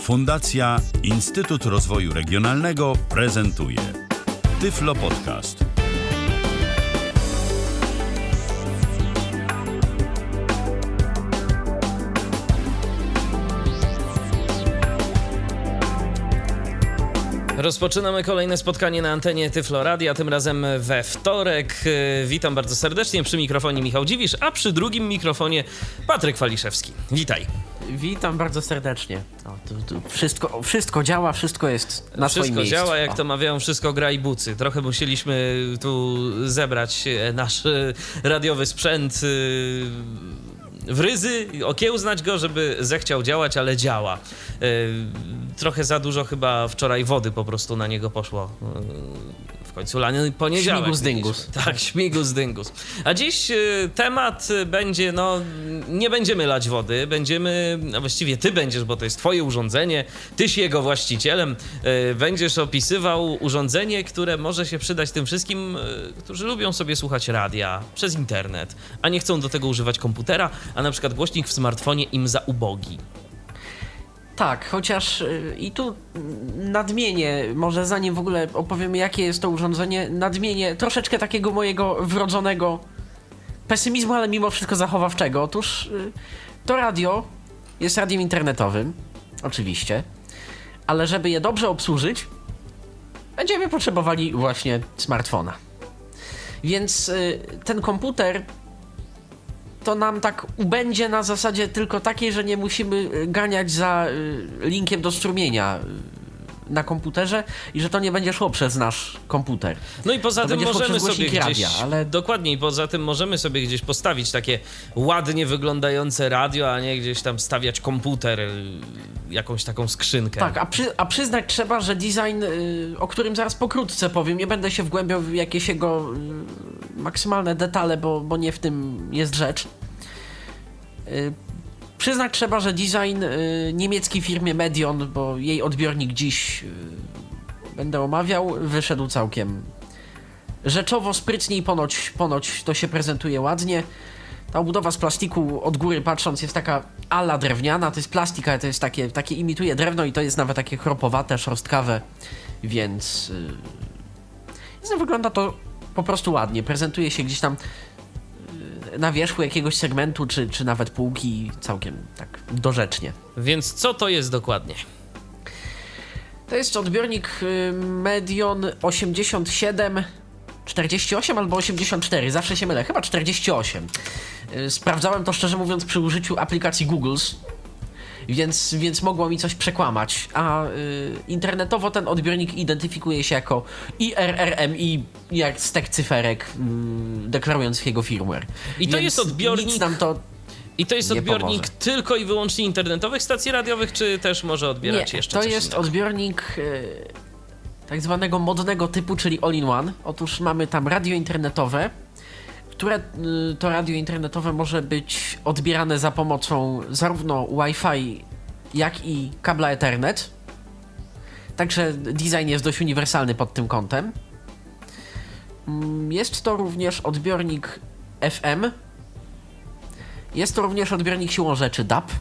Fundacja Instytut Rozwoju Regionalnego prezentuje Tyflo Podcast. Rozpoczynamy kolejne spotkanie na antenie Tyflo Radia, tym razem we wtorek. Witam bardzo serdecznie, przy mikrofonie Michał Dziwisz, a przy drugim mikrofonie Patryk Waliszewski. Witaj. Witam bardzo serdecznie. Wszystko działa, wszystko jest na swoim miejscu. Wszystko działa, jak to mawiają, wszystko gra i bucy. Trochę musieliśmy tu zebrać nasz radiowy sprzęt w ryzy, okiełznać go, żeby zechciał działać, ale działa. Trochę za dużo chyba wczoraj wody po prostu na niego poszło. W końcu lany poniedziałek. Śmigus dyngus. Tak, śmigus dyngus. A dziś temat będzie, nie będziemy lać wody, właściwie ty będziesz, bo to jest twoje urządzenie, tyś jego właścicielem, będziesz opisywał urządzenie, które może się przydać tym wszystkim, którzy lubią sobie słuchać radia przez internet, a nie chcą do tego używać komputera, a na przykład głośnik w smartfonie im za ubogi. Tak, chociaż i tu nadmienię, może zanim w ogóle opowiemy, jakie jest to urządzenie, nadmienię troszeczkę takiego mojego wrodzonego pesymizmu, ale mimo wszystko zachowawczego. Otóż to radio jest radiem internetowym, oczywiście, ale żeby je dobrze obsłużyć, będziemy potrzebowali właśnie smartfona. Więc ten komputer to nam tak ubędzie na zasadzie tylko takiej, że nie musimy ganiać za linkiem do strumienia na komputerze i że to nie będzie szło przez nasz komputer. No i poza tym możemy sobie gdzieś, radia, ale... Dokładnie, i poza tym możemy sobie gdzieś postawić takie ładnie wyglądające radio, a nie gdzieś tam stawiać komputer, jakąś taką skrzynkę. Tak, a przyznać trzeba, że design, o którym zaraz pokrótce powiem, nie będę się wgłębiał w jakieś jego maksymalne detale, bo nie w tym jest rzecz. Przyznać trzeba, że design niemieckiej firmy Medion, bo jej odbiornik dziś będę omawiał, wyszedł całkiem rzeczowo, sprytnie i ponoć to się prezentuje ładnie. Ta obudowa z plastiku od góry patrząc jest taka ala drewniana, to jest plastik, ale to jest takie imituje drewno i to jest nawet takie chropowate, szorstkawe, więc wygląda to po prostu ładnie. Prezentuje się gdzieś tam na wierzchu jakiegoś segmentu, czy nawet półki całkiem tak dorzecznie. Więc co to jest dokładnie? To jest odbiornik Medion 8748 albo 84, zawsze się mylę, chyba 48. Sprawdzałem to szczerze mówiąc przy użyciu aplikacji Google's, więc mogło mi coś przekłamać, a internetowo ten odbiornik identyfikuje się jako IRRMI, jak stek cyferek, deklarując jego firmware. I to jest odbiornik... Nic nam to I to jest odbiornik pomoże. tylko i wyłącznie internetowych stacji radiowych, czy też może odbierać jeszcze coś to jest innego? Odbiornik tak zwanego modnego typu, czyli all-in-one. Otóż mamy tam radio internetowe, które to radio internetowe może być odbierane za pomocą zarówno Wi-Fi, jak i kabla Ethernet. Także design jest dość uniwersalny pod tym kątem. Jest to również odbiornik FM. Jest to również odbiornik siłą rzeczy DAB.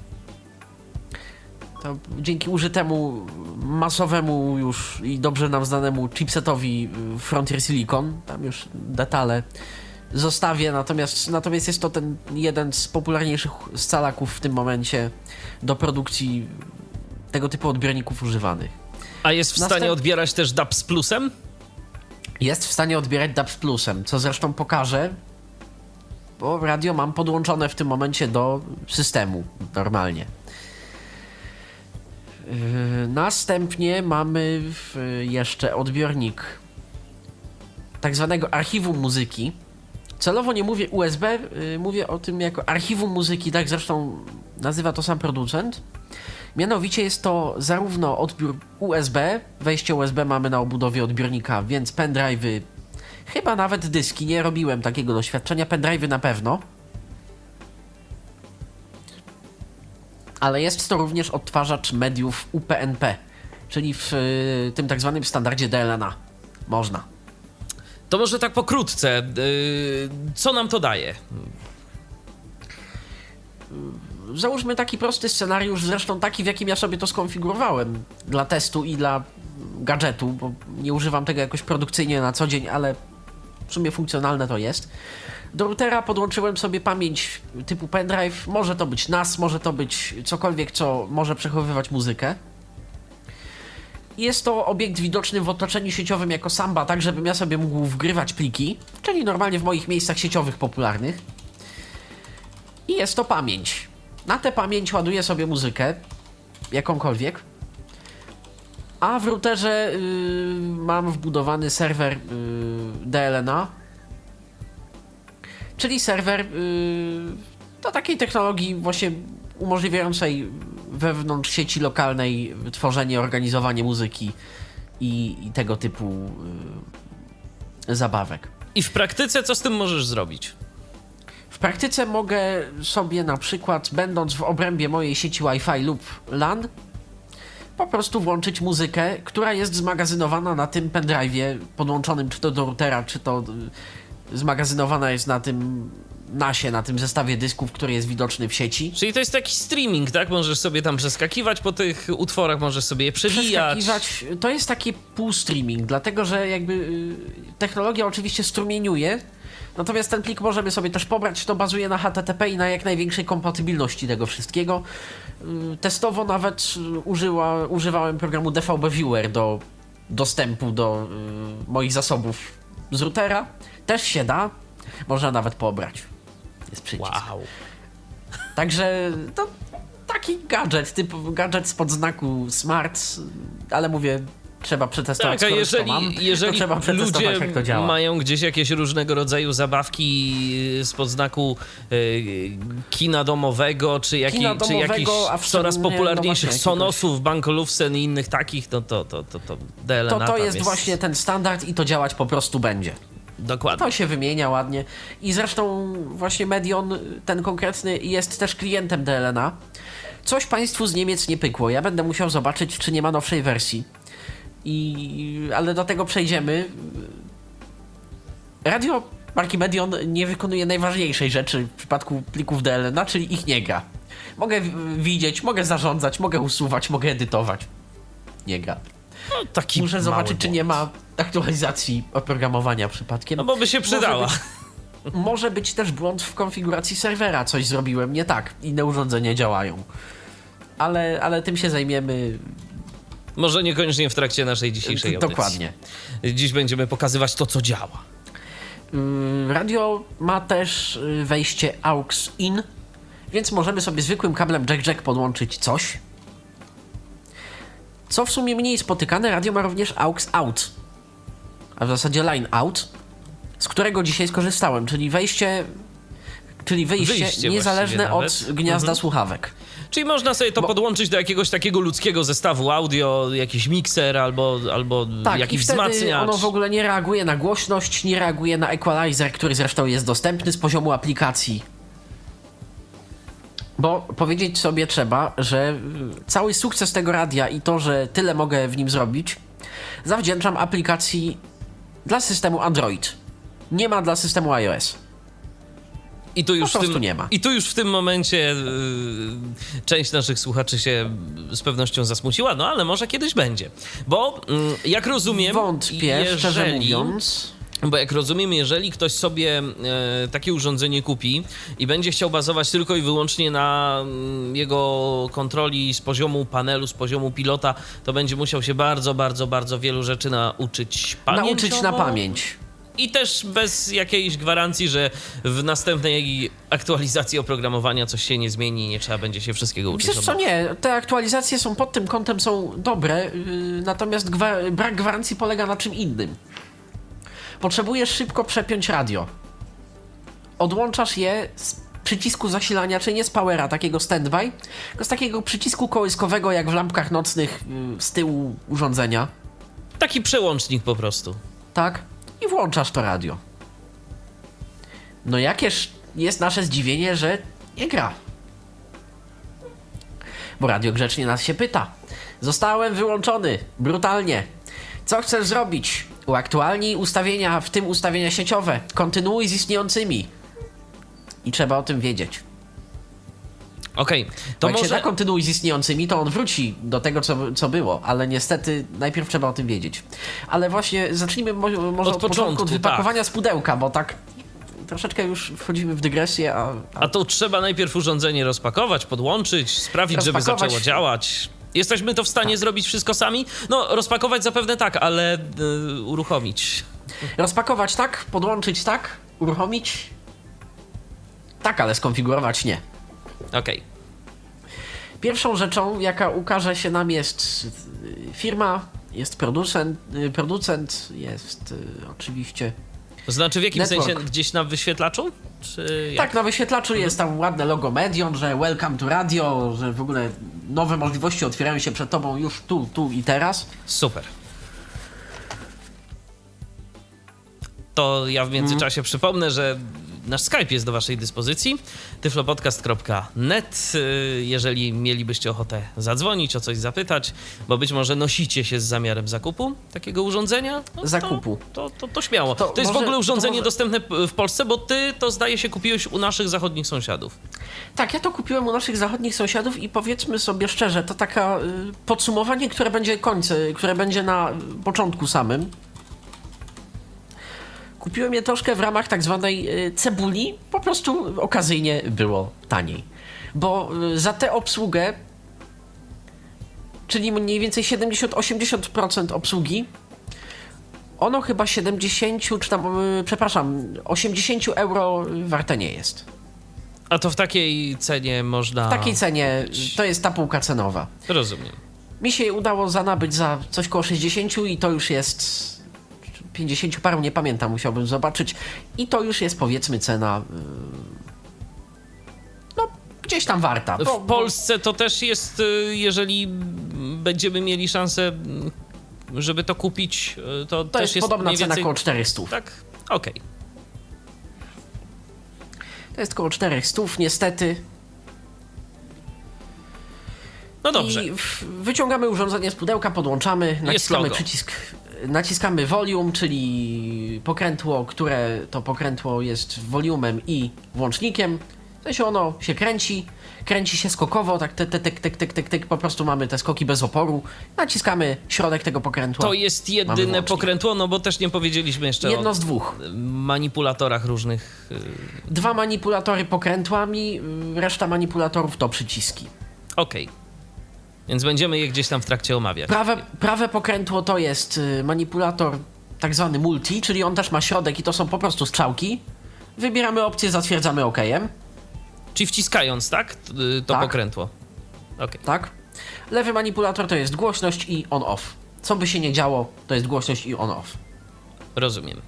To dzięki użytemu masowemu już i dobrze nam znanemu chipsetowi Frontier Silicon, tam już detale zostawię, natomiast jest to ten jeden z popularniejszych scalaków w tym momencie do produkcji tego typu odbiorników używanych. A jest w stanie odbierać też DAB z plusem? Jest w stanie odbierać DAB z plusem, co zresztą pokażę, bo radio mam podłączone w tym momencie do systemu normalnie. Następnie mamy jeszcze odbiornik tak zwanego archiwum muzyki. Celowo nie mówię USB, mówię o tym jako archiwum muzyki, tak zresztą nazywa to sam producent. Mianowicie jest to zarówno odbiór USB, wejście USB mamy na obudowie odbiornika, więc pendrive'y, chyba nawet dyski, nie robiłem takiego doświadczenia, pendrive'y na pewno. Ale jest to również odtwarzacz mediów UPnP, czyli w tym tak zwanym standardzie DLNA. Można. To może tak pokrótce, co nam to daje? załóżmy taki prosty scenariusz, zresztą taki, w jakim ja sobie to skonfigurowałem dla testu i dla gadżetu, bo nie używam tego jakoś produkcyjnie na co dzień, ale w sumie funkcjonalne to jest. Do routera podłączyłem sobie pamięć typu pendrive, może to być NAS, może to być cokolwiek, co może przechowywać muzykę. Jest to obiekt widoczny w otoczeniu sieciowym jako Samba, tak żebym ja sobie mógł wgrywać pliki, czyli normalnie w moich miejscach sieciowych popularnych. I jest to pamięć. Na tę pamięć ładuję sobie muzykę, jakąkolwiek. A w routerze mam wbudowany serwer DLNA, czyli serwer do takiej technologii właśnie umożliwiającej wewnątrz sieci lokalnej tworzenie, organizowanie muzyki i tego typu zabawek. I w praktyce co z tym możesz zrobić? W praktyce mogę sobie na przykład, będąc w obrębie mojej sieci Wi-Fi lub LAN, po prostu włączyć muzykę, która jest zmagazynowana na tym pendrive'ie podłączonym czy to do routera, czy to zmagazynowana jest na tym NASie, na tym zestawie dysków, który jest widoczny w sieci. Czyli to jest taki streaming, tak? Możesz sobie tam przeskakiwać po tych utworach, możesz sobie je przewijać. To jest taki półstreaming, dlatego że jakby technologia oczywiście strumieniuje, natomiast ten plik możemy sobie też pobrać, to bazuje na HTTP i na jak największej kompatybilności tego wszystkiego. Testowo nawet używałem programu DVB Viewer do dostępu do moich zasobów z routera. Też się da, można nawet pobrać. Jest przycisk. Wow. Także to taki gadżet spod znaku smart, ale mówię, trzeba przetestować, tak, a jeżeli to trzeba przetestować, ludzie jak to działa. mają gdzieś jakieś różnego rodzaju zabawki spod znaku kina domowego, czy jakichś coraz popularniejszych Sonosów, Bankolufsen i innych takich, to DLNA to jest właśnie ten standard i to działać po prostu będzie. Dokładnie. To się wymienia ładnie. I zresztą właśnie Medion, ten konkretny, jest też klientem DLNA. Coś państwu z Niemiec nie pykło. Ja będę musiał zobaczyć, czy nie ma nowszej wersji. Ale do tego przejdziemy. Radio marki Medion nie wykonuje najważniejszej rzeczy w przypadku plików DLNA, czyli ich nie gra. Mogę widzieć, mogę zarządzać, mogę usuwać, mogę edytować. Nie gra. No, taki muszę zobaczyć, czy nie ma aktualizacji oprogramowania przypadkiem. No bo by się przydała. Może być też błąd w konfiguracji serwera. Coś zrobiłem nie tak. Inne urządzenia działają. Ale tym się zajmiemy. Może niekoniecznie w trakcie naszej dzisiejszej audycji. Dokładnie. Dziś będziemy pokazywać to, co działa. Radio ma też wejście AUX-IN, więc możemy sobie zwykłym kablem jack-jack podłączyć coś. Co w sumie mniej spotykane, radio ma również AUX-OUT, a w zasadzie line-out, z którego dzisiaj skorzystałem, czyli wyjście niezależne od gniazda słuchawek. Czyli można sobie to podłączyć do jakiegoś takiego ludzkiego zestawu audio, jakiś mikser albo tak, jakiś i wtedy wzmacniacz. Ono w ogóle nie reaguje na głośność, nie reaguje na equalizer, który zresztą jest dostępny z poziomu aplikacji. Bo powiedzieć sobie trzeba, że cały sukces tego radia i to, że tyle mogę w nim zrobić, zawdzięczam aplikacji dla systemu Android. Nie ma dla systemu iOS. I tu już po prostu nie ma. I tu już w tym momencie część naszych słuchaczy się z pewnością zasmuciła, no ale może kiedyś będzie. Bo jak rozumiem... Wątpię, szczerze mówiąc... Bo jak rozumiem, jeżeli ktoś sobie takie urządzenie kupi i będzie chciał bazować tylko i wyłącznie na jego kontroli z poziomu panelu, z poziomu pilota, to będzie musiał się bardzo, bardzo, bardzo wielu rzeczy nauczyć na pamięć. I też bez jakiejś gwarancji, że w następnej aktualizacji oprogramowania coś się nie zmieni i nie trzeba będzie się wszystkiego uczyć. Wiesz co, nie, te aktualizacje są pod tym kątem są dobre, natomiast brak gwarancji polega na czym innym. Potrzebujesz szybko przepiąć radio. Odłączasz je z przycisku zasilania, czyli nie z powera, takiego standby, tylko z takiego przycisku kołyskowego, jak w lampkach nocnych z tyłu urządzenia. Taki przełącznik po prostu. Tak. I włączasz to radio. No jakież jest nasze zdziwienie, że nie gra. Bo radio grzecznie nas się pyta. Zostałem wyłączony. Brutalnie. Co chcesz zrobić? Uaktualnij ustawienia, w tym ustawienia sieciowe. Kontynuuj z istniejącymi. I trzeba o tym wiedzieć. Okej, To to jak się może... zakontynuuje z istniejącymi, to on wróci do tego, co było, ale niestety najpierw trzeba o tym wiedzieć. Ale właśnie zacznijmy może od początku, od wypakowania z pudełka, bo tak troszeczkę już wchodzimy w dygresję, A to trzeba najpierw urządzenie rozpakować, podłączyć, sprawić, żeby zaczęło działać. Jesteśmy to w stanie zrobić wszystko sami? No, rozpakować zapewne tak, ale uruchomić. Rozpakować tak, podłączyć tak, uruchomić tak, ale skonfigurować nie. Okej. Pierwszą rzeczą, jaka ukaże się nam, jest firma, jest producent, jest oczywiście... To znaczy w jakim network. sensie? Gdzieś na wyświetlaczu? Czy jak? Tak, na wyświetlaczu jest tam ładne logo Medion, że welcome to radio, że w ogóle nowe możliwości otwierają się przed tobą już tu i teraz. Super. To ja w międzyczasie przypomnę, że nasz Skype jest do waszej dyspozycji, tyflopodcast.net. Jeżeli mielibyście ochotę zadzwonić, o coś zapytać, bo być może nosicie się z zamiarem zakupu takiego urządzenia, no Zakupu. To śmiało. To jest w ogóle urządzenie dostępne w Polsce, bo ty to zdaje się kupiłeś u naszych zachodnich sąsiadów. Tak, ja to kupiłem u naszych zachodnich sąsiadów i powiedzmy sobie szczerze, to taka podsumowanie, które będzie na początku samym. Kupiłem je troszkę w ramach tak zwanej cebuli, po prostu okazyjnie było taniej. Bo za tę obsługę, czyli mniej więcej 70-80% obsługi, ono chyba 80 euro warte nie jest. A to w takiej cenie można... W takiej cenie to jest ta półka cenowa. Rozumiem. Mi się udało nabyć za coś koło 60 i to już jest 50 paru, nie pamiętam, musiałbym zobaczyć. I to już jest powiedzmy cena no gdzieś tam warta. W Polsce to też jest, jeżeli będziemy mieli szansę, żeby to kupić, to też jest podobna mniej cena, więcej... koło 400. Tak? Okej. To jest koło 400 niestety. No dobrze. I wyciągamy urządzenie z pudełka, podłączamy, naciskamy przycisk, naciskamy volume, czyli pokrętło, które to pokrętło jest volumem i włącznikiem. W sensie ono się kręci się skokowo, tak tyk, po prostu mamy te skoki bez oporu. Naciskamy środek tego pokrętła. To jest jedyne pokrętło, no bo też nie powiedzieliśmy jeszcze jedno z dwóch manipulatorach różnych. 2 manipulatory pokrętłami, reszta manipulatorów to przyciski. Okej. Więc będziemy je gdzieś tam w trakcie omawiać. Prawe pokrętło to jest manipulator tak zwany multi, czyli on też ma środek i to są po prostu strzałki. Wybieramy opcję, zatwierdzamy OK-em. Czyli wciskając, tak? To tak. Pokrętło. Okay. Tak. Lewy manipulator to jest głośność i on-off. Co by się nie działo, to jest głośność i on-off. Rozumiem.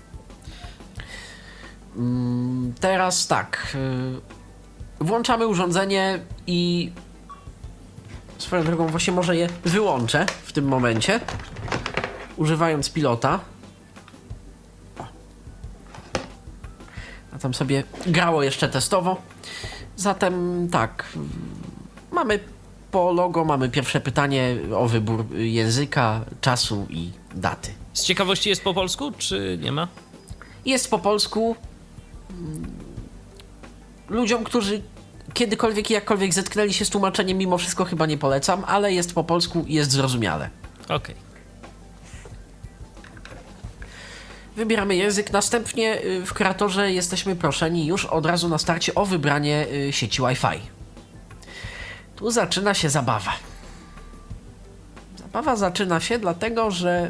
Teraz tak. Włączamy urządzenie i swoją drogą właśnie może je wyłączę w tym momencie, używając pilota. A tam sobie grało jeszcze testowo. Zatem tak, mamy po logo, mamy pierwsze pytanie o wybór języka, czasu i daty. Z ciekawości jest po polsku, czy nie ma? Jest po polsku. Ludziom, którzy kiedykolwiek i jakkolwiek zetknęli się z tłumaczeniem, mimo wszystko chyba nie polecam, ale jest po polsku i jest zrozumiale. Okej. Wybieramy język, następnie w kreatorze jesteśmy proszeni już od razu na starcie o wybranie sieci Wi-Fi. Tu zaczyna się zabawa. Zabawa zaczyna się dlatego, że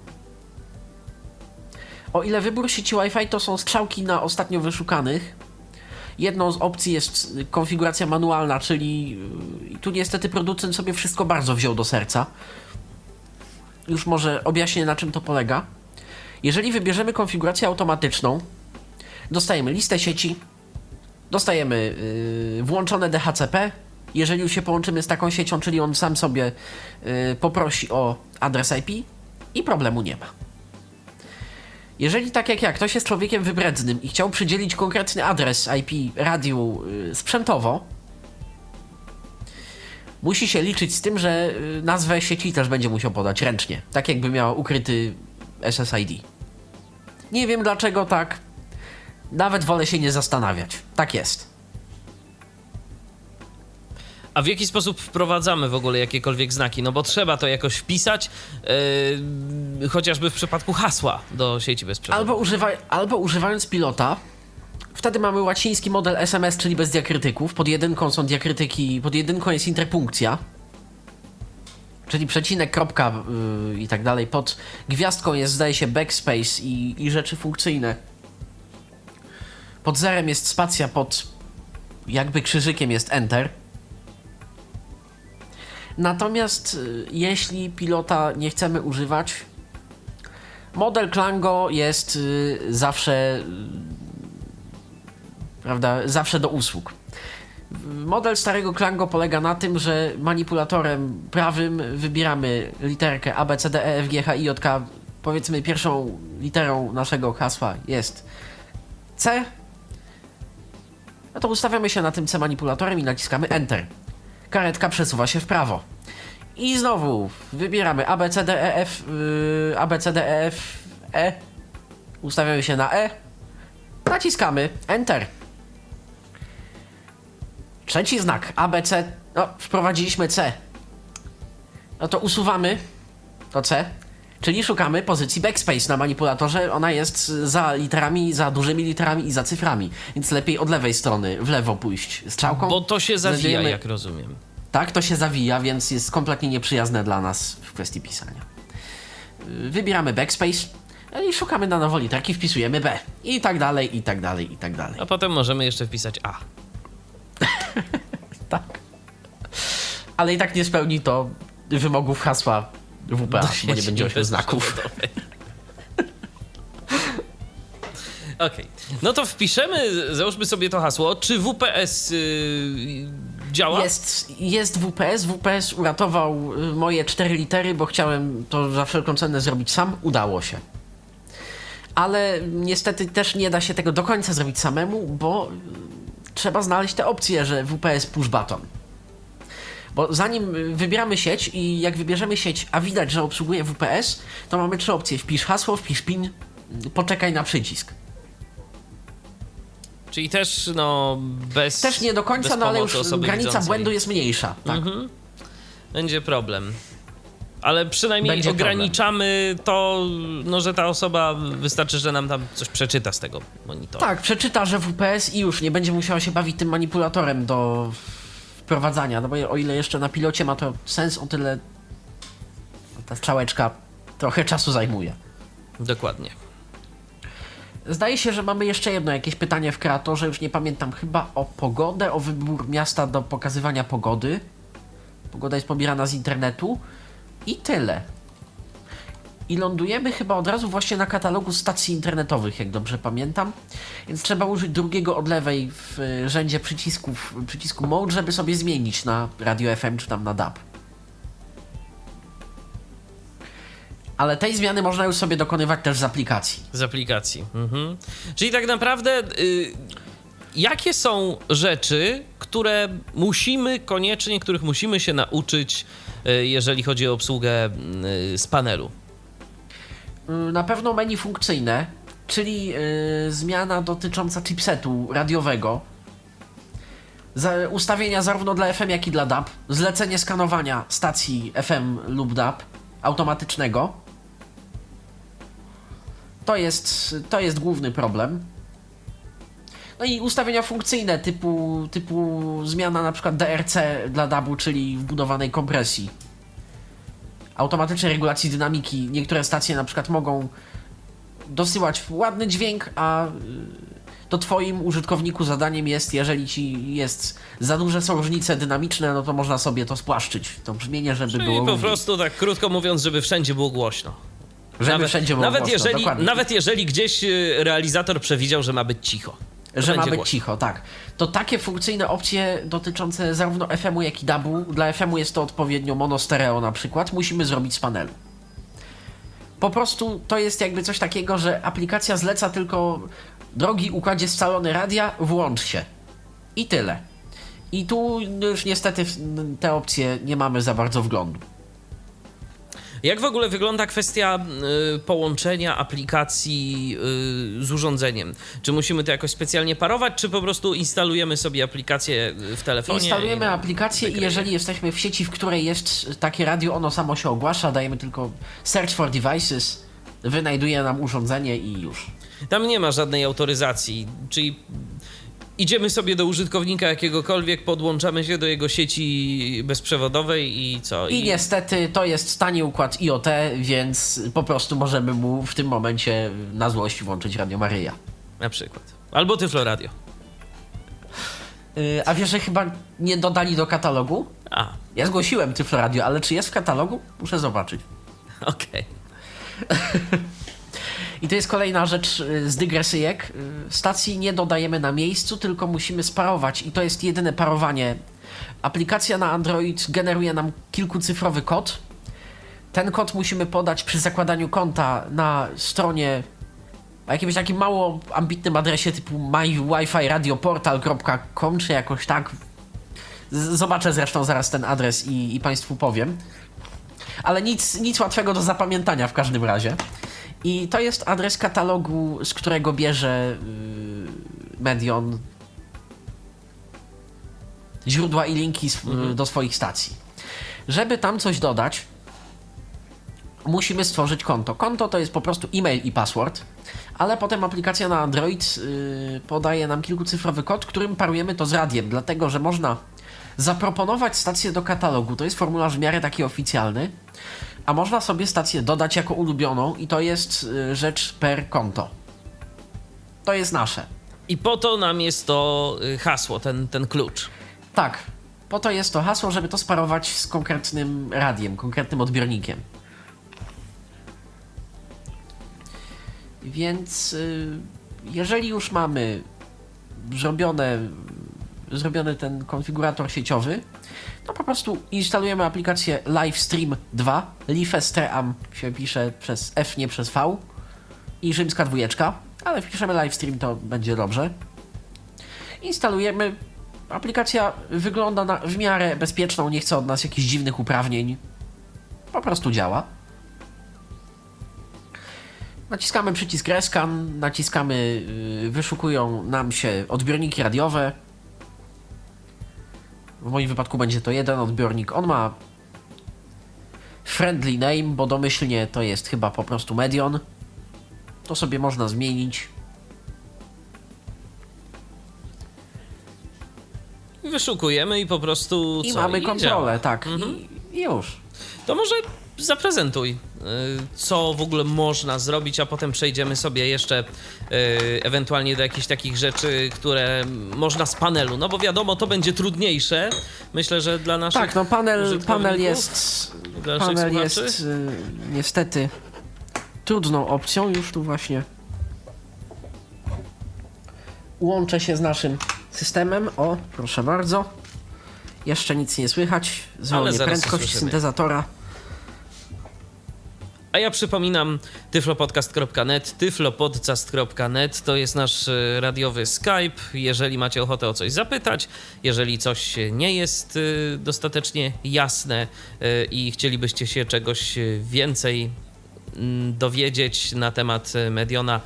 o ile wybór sieci Wi-Fi to są strzałki na ostatnio wyszukanych, jedną z opcji jest konfiguracja manualna, czyli tu niestety producent sobie wszystko bardzo wziął do serca. Już może objaśnię, na czym to polega. Jeżeli wybierzemy konfigurację automatyczną, dostajemy listę sieci, dostajemy włączone DHCP. Jeżeli już się połączymy z taką siecią, czyli on sam sobie poprosi o adres IP i problemu nie ma. Jeżeli tak jak ja, ktoś jest człowiekiem wybrednym i chciał przydzielić konkretny adres IP radiu sprzętowo, musi się liczyć z tym, że nazwę sieci też będzie musiał podać ręcznie, tak jakby miał ukryty SSID. Nie wiem dlaczego tak, nawet wolę się nie zastanawiać. Tak jest. A w jaki sposób wprowadzamy w ogóle jakiekolwiek znaki? No bo trzeba to jakoś wpisać, chociażby w przypadku hasła do sieci bezprzewodowej. Albo używając pilota, wtedy mamy łaciński model SMS, czyli bez diakrytyków. Pod jedynką są diakrytyki, pod jedynką jest interpunkcja, czyli przecinek, kropka i tak dalej. Pod gwiazdką jest, zdaje się, backspace i rzeczy funkcyjne. Pod zerem jest spacja, pod jakby krzyżykiem jest enter. Natomiast jeśli pilota nie chcemy używać, model Klango jest zawsze, prawda, zawsze do usług. Model starego Klango polega na tym, że manipulatorem prawym wybieramy literkę A, B, C, D, E, F, G, H, I, J, K. Powiedzmy, pierwszą literą naszego hasła jest C. No to ustawiamy się na tym C manipulatorem i naciskamy Enter. Karetka przesuwa się w prawo. I znowu wybieramy A, B, C, D, E, F, A, B, C, D, E, F, E. Ustawiamy się na E. Naciskamy Enter. Trzeci znak A, B, C. No, wprowadziliśmy C. No to usuwamy to C, czyli szukamy pozycji backspace na manipulatorze. Ona jest za literami, za dużymi literami i za cyframi. Więc lepiej od lewej strony w lewo pójść strzałką. Bo to się zawija, jak rozumiem. Tak, to się zawija, więc jest kompletnie nieprzyjazne dla nas w kwestii pisania. Wybieramy backspace i szukamy na nowo literki, wpisujemy B. I tak dalej, i tak dalej, i tak dalej. A potem możemy jeszcze wpisać A. Tak. Ale i tak nie spełni to wymogów hasła WPA, bo nie będzie 8 znaków. Okej. No to wpiszemy, załóżmy sobie to hasło. Czy WPS działa? Jest WPS. WPS uratował moje 4 litery, bo chciałem to za wszelką cenę zrobić sam. Udało się. Ale niestety też nie da się tego do końca zrobić samemu, bo trzeba znaleźć te opcje, że WPS push button. Bo zanim wybieramy sieć i jak wybierzemy sieć, a widać, że obsługuje WPS, to mamy 3 opcje. Wpisz hasło, wpisz PIN, poczekaj na przycisk. Czyli też bez. Też nie do końca, no ale już granica widzącej. błędu jest mniejsza. Tak. Będzie problem. Ale przynajmniej Będzie ograniczamy to, że ta osoba wystarczy, że nam tam coś przeczyta z tego monitora. Tak, przeczyta, że WPS i już nie będzie musiała się bawić tym manipulatorem do wprowadzania. No bo o ile jeszcze na pilocie ma to sens, o tyle ta strzałeczka trochę czasu zajmuje. Dokładnie. Zdaje się, że mamy jeszcze jedno jakieś pytanie w kreatorze, już nie pamiętam, chyba o pogodę, o wybór miasta do pokazywania pogody. Pogoda jest pobierana z internetu i tyle. I lądujemy chyba od razu właśnie na katalogu stacji internetowych, jak dobrze pamiętam. Więc trzeba użyć drugiego od lewej w rzędzie przycisku Mode, żeby sobie zmienić na Radio FM czy tam na DAB. Ale tej zmiany można już sobie dokonywać też z aplikacji. Z aplikacji. Czyli tak naprawdę jakie są rzeczy, których musimy się nauczyć, jeżeli chodzi o obsługę z panelu? Na pewno menu funkcyjne, czyli zmiana dotycząca chipsetu radiowego, ustawienia zarówno dla FM, jak i dla DAB, zlecenie skanowania stacji FM lub DAB automatycznego. To jest główny problem. No i ustawienia funkcyjne typu zmiana na przykład DRC dla DAB-u, czyli wbudowanej kompresji. Automatycznej regulacji dynamiki. Niektóre stacje na przykład mogą dosyłać ładny dźwięk, a to twoim użytkowniku zadaniem jest, jeżeli ci jest za duże są różnice dynamiczne, no to można sobie to spłaszczyć, to brzmienie, żeby Czyli było po prostu tak krótko mówiąc, żeby wszędzie było głośno. Wszędzie było głośno, nawet jeżeli gdzieś realizator przewidział, że ma być cicho. Że ma być cicho, tak. To takie funkcyjne opcje dotyczące zarówno FM-u, jak i DAB-u, dla FM-u jest to odpowiednio monostereo na przykład, musimy zrobić z panelu. Po prostu to jest jakby coś takiego, że aplikacja zleca tylko drogi układzie scalony radia, włącz się. I tyle. I tu już niestety w te opcje nie mamy za bardzo wglądu. Jak w ogóle wygląda kwestia połączenia aplikacji z urządzeniem? Czy musimy to jakoś specjalnie parować, czy po prostu instalujemy sobie aplikację w telefonie? Instalujemy aplikację i jeżeli jesteśmy w sieci, w której jest takie radio, ono samo się ogłasza, dajemy tylko search for devices, wynajduje nam urządzenie i już. Tam nie ma żadnej autoryzacji, czyli idziemy sobie do użytkownika jakiegokolwiek, podłączamy się do jego sieci bezprzewodowej i co? I niestety to jest tani układ IoT, więc po prostu możemy mu w tym momencie na złość włączyć Radio Maryja. Na przykład. Albo Tyflo Radio. A wiesz, że chyba nie dodali do katalogu? A, Ja zgłosiłem Tyflo Radio, ale czy jest w katalogu? Muszę zobaczyć. okej. I to jest kolejna rzecz z dygresyjek. Stacji nie dodajemy na miejscu, tylko musimy sparować i to jest jedyne parowanie. Aplikacja na Android generuje nam kilkucyfrowy kod. Ten kod musimy podać przy zakładaniu konta na stronie o jakimś takim mało ambitnym adresie typu mywifiradioportal.com czy jakoś tak. Zobaczę zresztą zaraz ten adres i Państwu powiem. Ale nic łatwego do zapamiętania w każdym razie. I to jest adres katalogu, z którego bierze Medion źródła i linki do swoich stacji. Żeby tam coś dodać, musimy stworzyć konto. Konto to jest po prostu e-mail i password, ale potem aplikacja na Android podaje nam kilkucyfrowy kod, którym parujemy to z radiem, dlatego że można zaproponować stację do katalogu. To jest formularz w miarę taki oficjalny, a można sobie stację dodać jako ulubioną i to jest rzecz per konto. To jest nasze. I po to nam jest to hasło, ten klucz. Tak, po to jest to hasło, żeby to sparować z konkretnym radiem, konkretnym odbiornikiem. Więc jeżeli już mamy zrobiony ten konfigurator sieciowy, to po prostu instalujemy aplikację Livestream 2. Livestream się pisze przez F, nie przez V i rzymska dwójeczka, ale wpiszemy Livestream, to będzie dobrze. Instalujemy. Aplikacja wygląda w miarę bezpieczną, nie chce od nas jakichś dziwnych uprawnień. Po prostu działa. Naciskamy przycisk Rescan, wyszukują nam się odbiorniki radiowe. W moim wypadku będzie to jeden odbiornik. On ma friendly name, bo domyślnie to jest chyba po prostu Medion. To sobie można zmienić. Wyszukujemy i po prostu I co? mamy I kontrolę, działa. tak. I już. To może zaprezentuj, co w ogóle można zrobić, a potem przejdziemy sobie jeszcze ewentualnie do jakichś takich rzeczy, które można z panelu. No bo wiadomo, to będzie trudniejsze. Myślę, że dla naszych Tak, no panel jest niestety trudną opcją. Już tu właśnie łączę się z naszym systemem. O, proszę bardzo. Jeszcze nic nie słychać. Zwolnię prędkość syntezatora. A ja przypominam, tyflopodcast.net, tyflopodcast.net to jest nasz radiowy Skype. Jeżeli macie ochotę o coś zapytać, jeżeli coś nie jest dostatecznie jasne i chcielibyście się czegoś więcej dowiedzieć na temat Mediona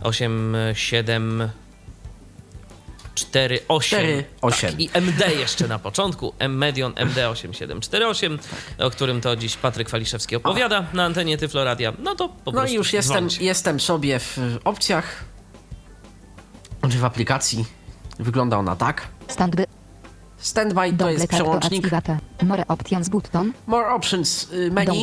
8748. Tak, i MD jeszcze na początku, Medion MD8748, o którym to dziś Patryk Waliszewski opowiada na antenie Tyflo Radia. No to po prostu i już jestem sobie w opcjach, czy w aplikacji. Wygląda ona tak. Standby to jest przełącznik. More options button. More options menu.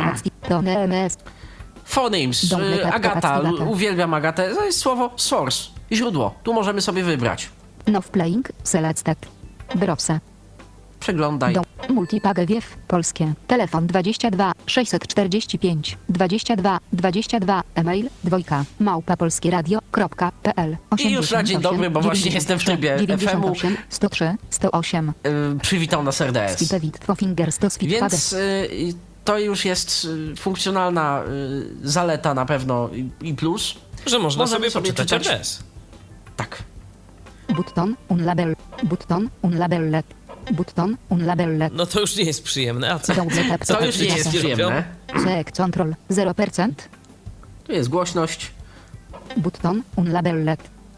Phonemes. Agata. Uwielbiam Agatę. To jest słowo source. Źródło. Tu możemy sobie wybrać. Now playing. Selected. Browse. Przeglądaj. Multipage wiew. Polskie. Telefon 22 645 22 22. E-mail @polskieradio.pl. I już na dzień dobry, bo właśnie jestem w trybie FM-u. 103 108. Przywitał nas RDS. Więc to już jest funkcjonalna zaleta na pewno i plus. Że można sobie poczytać RDS. Tak. Button unlabel. Button unlabellet. Button unlabellet. No to już nie jest przyjemne, a co? To już nie jest przyjemne. Select control 0%. Tu jest głośność. Button unlabeled.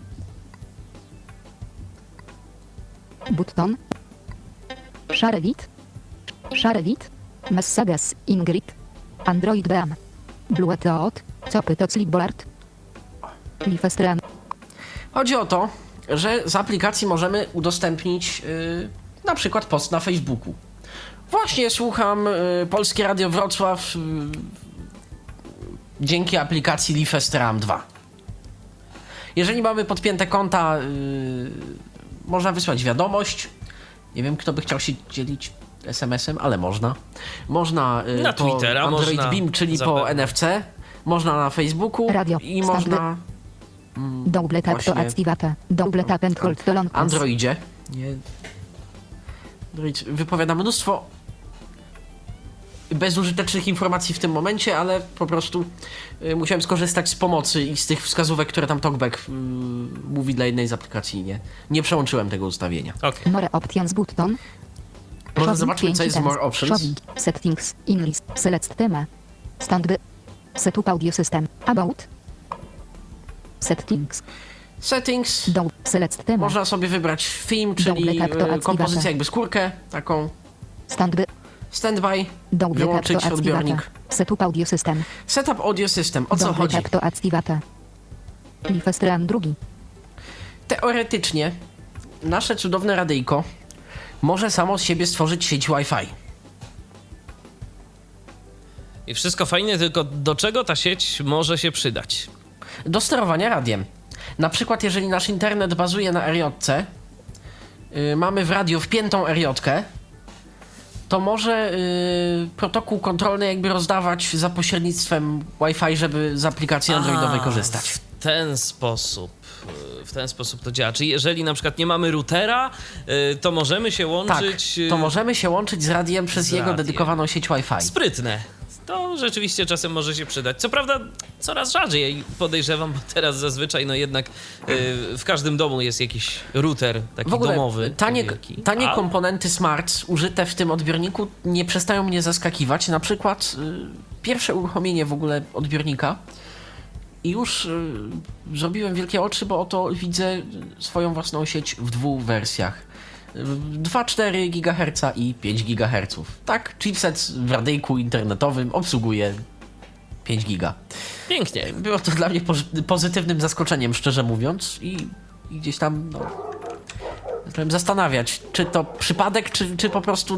Button. Sharewit. Sharewit. Messages Ingrid. Android BM. Bluetooth. Copy to Clipboard. Lifestream. Chodzi o to, że z aplikacji możemy udostępnić na przykład post na Facebooku. Właśnie słucham Polskie Radio Wrocław dzięki aplikacji Lifestream 2. Jeżeli mamy podpięte konta, można wysłać wiadomość. Nie wiem, kto by chciał się dzielić SMS-em, ale można. Można Na po Twittera Android można, Beam, czyli zapewne. po NFC. Można na Facebooku Radio, i standby. można Double tap to właśnie activate. Double tap and hold to long press. Androidzie. Nie. Android wypowiada mnóstwo bezużytecznych informacji w tym momencie, ale po prostu musiałem skorzystać z pomocy i z tych wskazówek, które tam TalkBack mówi dla jednej z aplikacji. Nie przełączyłem tego ustawienia. Okej. More options button. Może Showing zobaczmy, co 5 jest items. More Options. Showing. Settings. Enlist. Select theme. Standby. Setup audio system. About. Settings. Settings. Do. Select theme. Można sobie wybrać film, czyli Double tap to activate. kompozycję jakby skórkę, taką Standby. standby, Double tap wyłączyć to activate. odbiornik. Setup audio system. Setup Audio System. O co Double chodzi? tap to activate. Lifestream 2. Teoretycznie nasze cudowne radyjko może samo z siebie stworzyć sieć Wi-Fi. I wszystko fajnie, tylko do czego ta sieć może się przydać? Do sterowania radiem. Na przykład, jeżeli nasz internet bazuje na RJ-ce, mamy w radio wpiętą RJ-kę, to może protokół kontrolny jakby rozdawać za pośrednictwem Wi-Fi, żeby z aplikacji androidowej korzystać. W ten sposób to działa. Czyli jeżeli na przykład nie mamy routera, to możemy się łączyć... Tak, to możemy się łączyć z radiem przez z jego radiem. dedykowaną sieć Wi-Fi. Sprytne. To rzeczywiście czasem może się przydać. Co prawda coraz rzadziej, podejrzewam, bo teraz zazwyczaj no jednak w każdym domu jest jakiś router taki W ogóle domowy. tanie wielki. komponenty smart użyte w tym odbiorniku nie przestają mnie zaskakiwać. Na przykład pierwsze uruchomienie w ogóle odbiornika i już zrobiłem wielkie oczy, bo oto widzę swoją własną sieć w dwóch wersjach. 2,4 GHz i 5 GHz. Tak, chipset w radyjku internetowym obsługuje 5 giga. Pięknie. Było to dla mnie pozytywnym zaskoczeniem, szczerze mówiąc, i gdzieś tam zacząłem zastanawiać, czy to przypadek, czy po prostu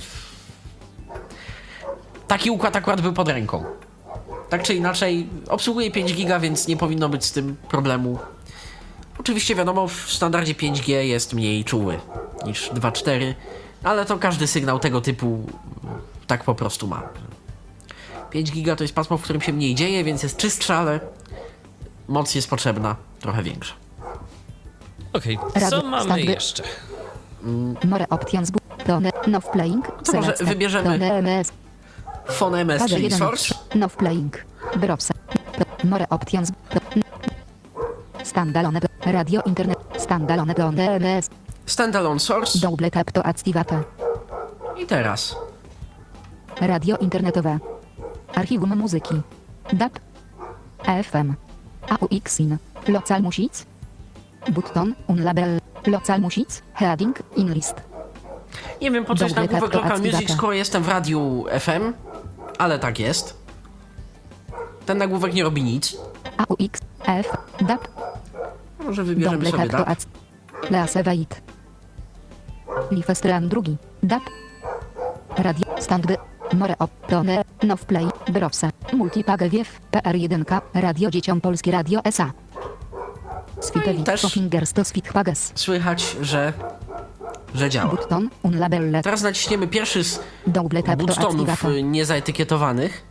taki układ akurat był pod ręką. Tak czy inaczej, obsługuje 5 giga, więc nie powinno być z tym problemu. Oczywiście wiadomo, w standardzie 5G jest mniej czuły niż 2.4, ale to każdy sygnał tego typu tak po prostu ma. 5 giga to jest pasmo, w którym się mniej dzieje, więc jest czystsze, ale moc jest potrzebna trochę większa. Okej, Radio, co mamy standby. jeszcze? More options button. No playing. To może Select wybierzemy button, MS. Phone MS, Pada czyli 1 source. No playing. Browse. More options. Standalone. Radio internet. Standalone. MS. Standalone source. Double tap to activate. I teraz. Radio internetowe. Archiwum muzyki. DAB. FM. AUX-IN. Local music. Button. Unlabel. Local music. Heading. Inlist. Nie wiem po co jest Double nagłówek tap to Local Music, activate. skoro jestem w radiu FM, ale tak jest. Ten nagłówek nie robi nic. AUX. F. DAB. Może wybierzemy Double sobie tap to DAB. Leaseweit. Lifestream 2. DAB. Radio. Standby. More optone. Now play. Browse. Multipage Wiew. PR1. Radio Dzieciom Polskie Radio SA. Switewit. też- Fingers to Switpages. Słychać, że działa. Button. Unlabellet. Teraz naciśniemy pierwszy z Double tap to buttonów activate. niezaetykietowanych.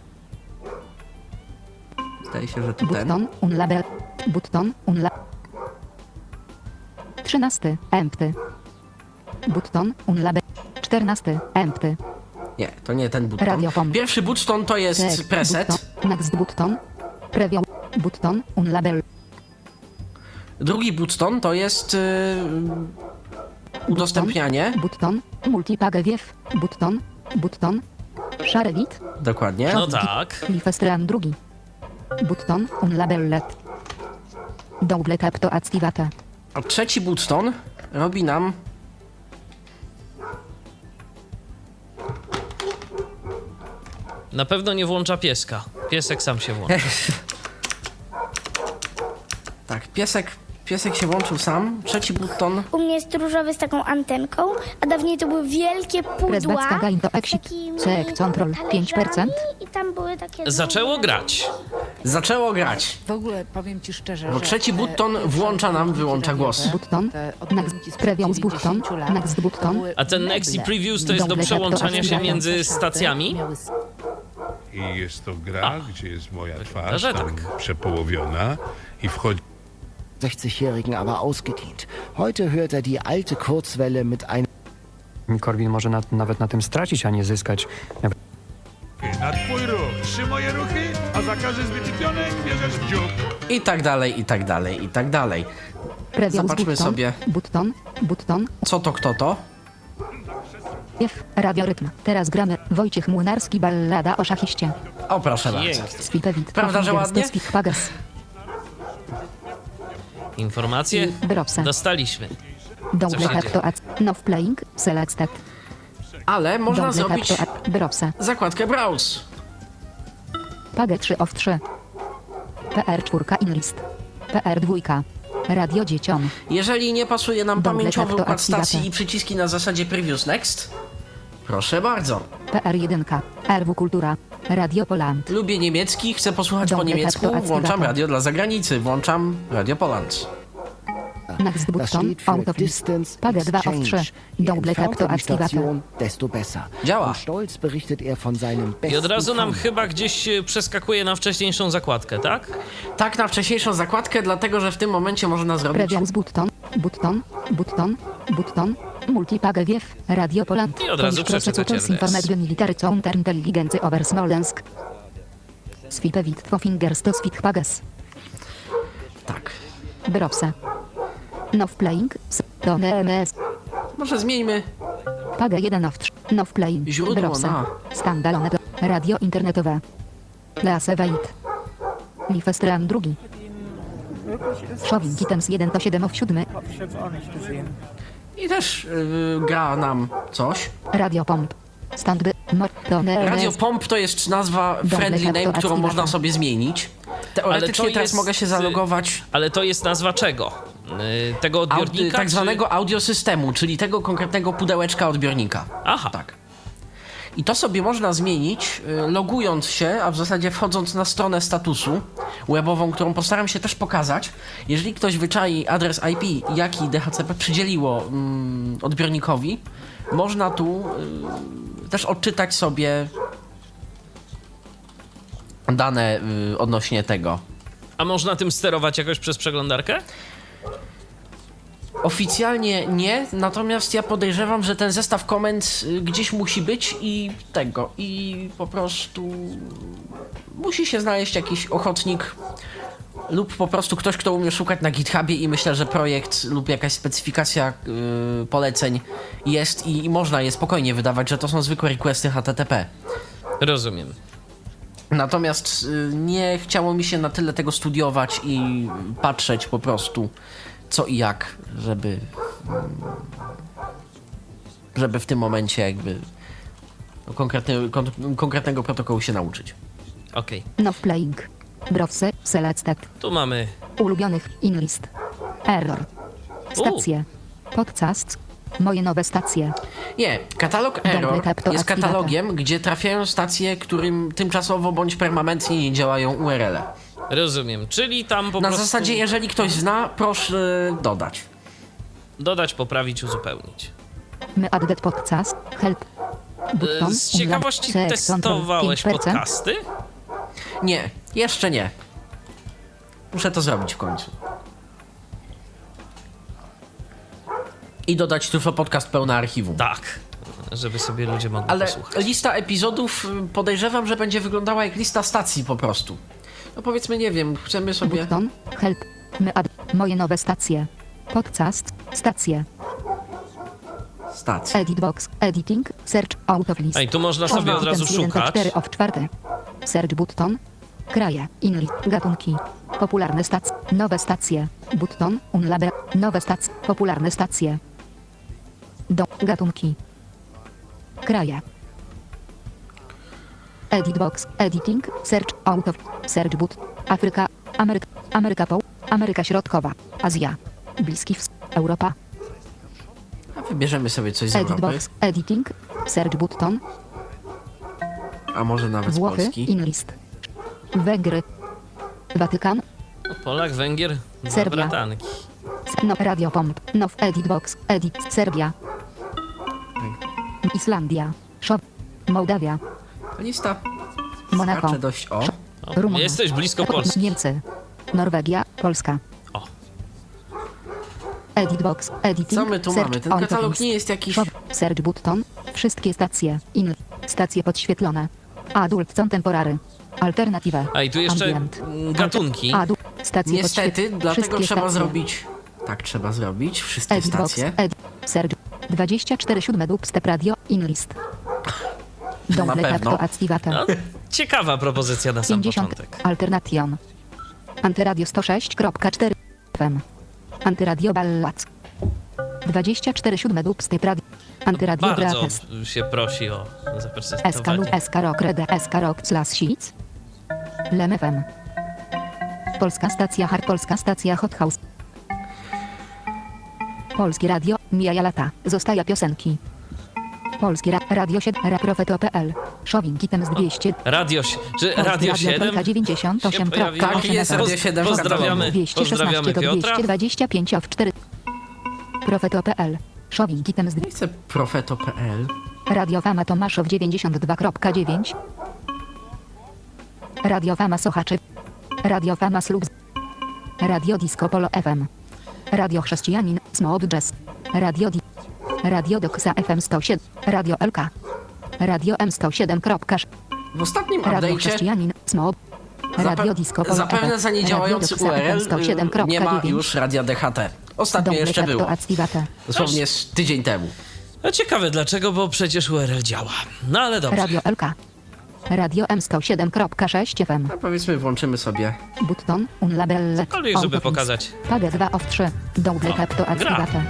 Zdaje się, że to ten. Button. Unlabel. Button. 13. Empty. Button. Unlabel. 14. Empty. Nie, to nie ten button. Radiofon. Pierwszy button to jest Check. preset. Button. Next button. Preview. Button. Unlabel. Drugi button to jest udostępnianie. Button. Multipage Wiew. Button. Button. Szarewit. Dokładnie. No tak. Lifestran drugi. Button, unlabellet. Double tap to activate. A trzeci button robi nam... Na pewno nie włącza pieska. Piesek sam się włącza. Tak, piesek się włączył sam. Trzeci button. U mnie jest różowy z taką antenką, a dawniej to były wielkie Press pudła. backstage to z exit. takimi Select control talerzami 5%. I tam były takie... Zaczęło grać. Zaczęło grać. W ogóle powiem ci szczerze, Bo że trzeci te button pierwsze włącza nam, audycje wyłącza głos. radiowe, Button. te Next. odbiorniki sprzed Previews button. 90 lat, Next to button. były A ten meble. Nexi Previews to jest do Double tap to przełączania się activate. między stacjami? Miały I jest to gra, gdzie jest moja twarz że tam tak. przepołowiona i wchodzi 60-Jährigen aber ausgedient. Heute hört die alte Kurzwelle mit einem Korwin może nawet na tym stracić, a nie zyskać. na twój ruch. 3 moje ruchy, a za każdy zbyty pionek bierzesz w dziób. I tak dalej, i tak dalej, i tak dalej. Previews Zobaczmy button. sobie. Button. Co to, kto to? F. Radiorytm. Teraz gramy. Wojciech Młynarski, ballada o szachiście. O, proszę bardzo. Pięknie. Spitewit. Prawda, że ładnie? Pagas. Informacje Browse. dostaliśmy. Double się tap dzieje? to Now playing. Selected. Ale można Double tap zrobić to Browse. zakładkę Browse. Pagę 3 of 3. PR4 inlist. PR2. Radio dzieciom. Jeżeli nie pasuje nam Double pamięciowy tap to układ stacji activate. i przyciski na zasadzie Previous Next, proszę bardzo. PR1. RW Kultura. Radio Poland. Lubię niemiecki, chcę posłuchać po Double tap niemiecku, to włączam activate. radio dla zagranicy, włączam Radio Poland. Next Das button. steht für Autoplist. Distance Pagę 2 of 3. Exchange. Je Double tap to entfernter die activate. Station, desto besser. Działa. Und stolz berichtet er von seinem I besten od razu nam Fang. chyba gdzieś przeskakuje na wcześniejszą zakładkę, tak? Tak, na wcześniejszą zakładkę, dlatego że w tym momencie można zrobić... Previews button. Multipagę wiew. Radio Poland. I od razu Polish przeczytać Processors RS. Information Military Counterintelligence over Smolensk. Swipewit 2 fingers to Switpages. Tak. Browse. Now playing. To NMS. Może zmieńmy Pagę 1 of 3. Now playing. Źródło Browse. na. Standalone. Radio internetowe. Leaseweit. Lifestran drugi. Showing items 1 to 7 of 7. i też gra nam coś. Radio Pomp. Standby. To NMS. Radio Pomp to jest nazwa friendly name, którą można sobie zmienić. Teoretycznie teraz jest, mogę się zalogować Ale to jest nazwa czego? Tego odbiornika? tak czy- zwanego audiosystemu, czyli tego konkretnego pudełeczka odbiornika. Aha. Tak. I to sobie można zmienić, logując się, a w zasadzie wchodząc na stronę statusu webową, którą postaram się też pokazać. Jeżeli ktoś wyczai adres IP, jaki DHCP przydzieliło odbiornikowi, można tu też odczytać sobie dane odnośnie tego. A można tym sterować jakoś przez przeglądarkę? Oficjalnie nie, natomiast ja podejrzewam, że ten zestaw komend gdzieś musi być i po prostu musi się znaleźć jakiś ochotnik lub po prostu ktoś, kto umie szukać na GitHubie i myślę, że projekt lub jakaś specyfikacja poleceń jest i można je spokojnie wydawać, że to są zwykłe requesty HTTP. Rozumiem. Natomiast nie chciało mi się na tyle tego studiować i patrzeć po prostu co i jak, żeby w tym momencie jakby konkretnego protokołu się nauczyć. Okej. Now playing. Browse. Selected. Tu mamy Ulubionych. Inlist. Error. Stacje. Podcast. Moje nowe stacje. Nie, katalog Error tap to jest activate. katalogiem, gdzie trafiają stacje, którym tymczasowo bądź permanentnie nie działają URL-e. Rozumiem, czyli tam po Na prostu zasadzie, jeżeli ktoś zna, proszę dodać. dodać, poprawić, uzupełnić. My added podcast. Help. Button. Z ciekawości Select control testowałeś 5%. podcasty? Nie, jeszcze nie. Muszę to zrobić w końcu. I dodać tylko podcast pełne archiwum. Tak, żeby sobie ludzie mogli Ale posłuchać. lista epizodów podejrzewam, że będzie wyglądała jak lista stacji po prostu. No powiedzmy, nie wiem, chcemy sobie... Button. Help. My add. Moje nowe stacje. Podcast. Stacje. Stacja. Edit box, editing, search, out of list. A i tu można sobie od razu szukać. 4 of 4. Search button. Kraje, inli, gatunki. Popularne stacje, nowe stacje. Button, unlabe, nowe stacje, popularne stacje. Gatunki. Kraje. Edit box, editing, search, out of, search but, Afryka, Ameryka Środkowa, Azja, Bliski Wschód, Europa. A wybierzemy sobie coś z Edit Europy. box, editing, search button, A może nawet z Włochy, Polski. inlist. Węgry, Watykan, Polak, Węgier, dwa Serbia. bratanki. Radio Pomp, Now Edit Box, Edit, Serbia, Islandia, Mołdawia, Lista Monako, skacze dość O, Rumunia. jesteś blisko Polski. Niemcy, Norwegia, Polska. O. Edit Box, Editing, Co my tu search, mamy? Ten on katalog list. nie jest jakiś... Search button, wszystkie stacje, stacje podświetlone, Adult Contemporary, Alternative, A i tu jeszcze Ambient, gatunki. Stacje Niestety, podświetl- dlatego wszystkie trzeba stacje. zrobić... Tak, trzeba zrobić. Wszystkie Edit box, stacje. search, 24/7 dubstep radio, inlist. Na pewno. Activate, No, ciekawa propozycja na sam 50, początek. Alternation, Antyradio 106.4 FM, Antyradio Ballac, 24/7 dubstep radio, Antyradio Bardzo Gratis, się prosi o SK zaprezentowanie. SK Rock Red, SK Rock Slash Sheets, Lem FM, Polska stacja Hard, Polska stacja Hot House, Polskie Radio, mijaja lata, zostaja piosenki. Polskie Radio 7, Profeto.pl, Showing Items 200, Czy Radio 7? 98, się pojawiło? Tak, jest Radio 7 w Pozdrawiamy, 216 pozdrawiamy do Piotra. 225 of 4, Profeto.pl, Showing Items Nie chcę profeto.pl. Radio Fama Tomaszow 92.9, Radio Fama Sochaczy, Radio Fama Slux, Radio Disco Polo FM, Radio Chrześcijanin, Smooth Jazz, Radio Doxa FM 107, Radio LK, Radio M107. W ostatnim Radio update'cie Chrześcijanin, Smooth, Radio Disco Polo zapewne FM, za niedziałający Radio Doxa FM URL 107.9, nie ma już radia DHT. Ostatnio jeszcze było. Dosłownie z tydzień temu. No ciekawe dlaczego, bo przecież URL działa. No ale dobrze. Radio LK, Radio M107.6 FM, No powiedzmy, włączymy sobie. Button, Unlabellet, Cokolwiek, żeby pokazać. Pagę 2 of 3, Double Tap to Activate.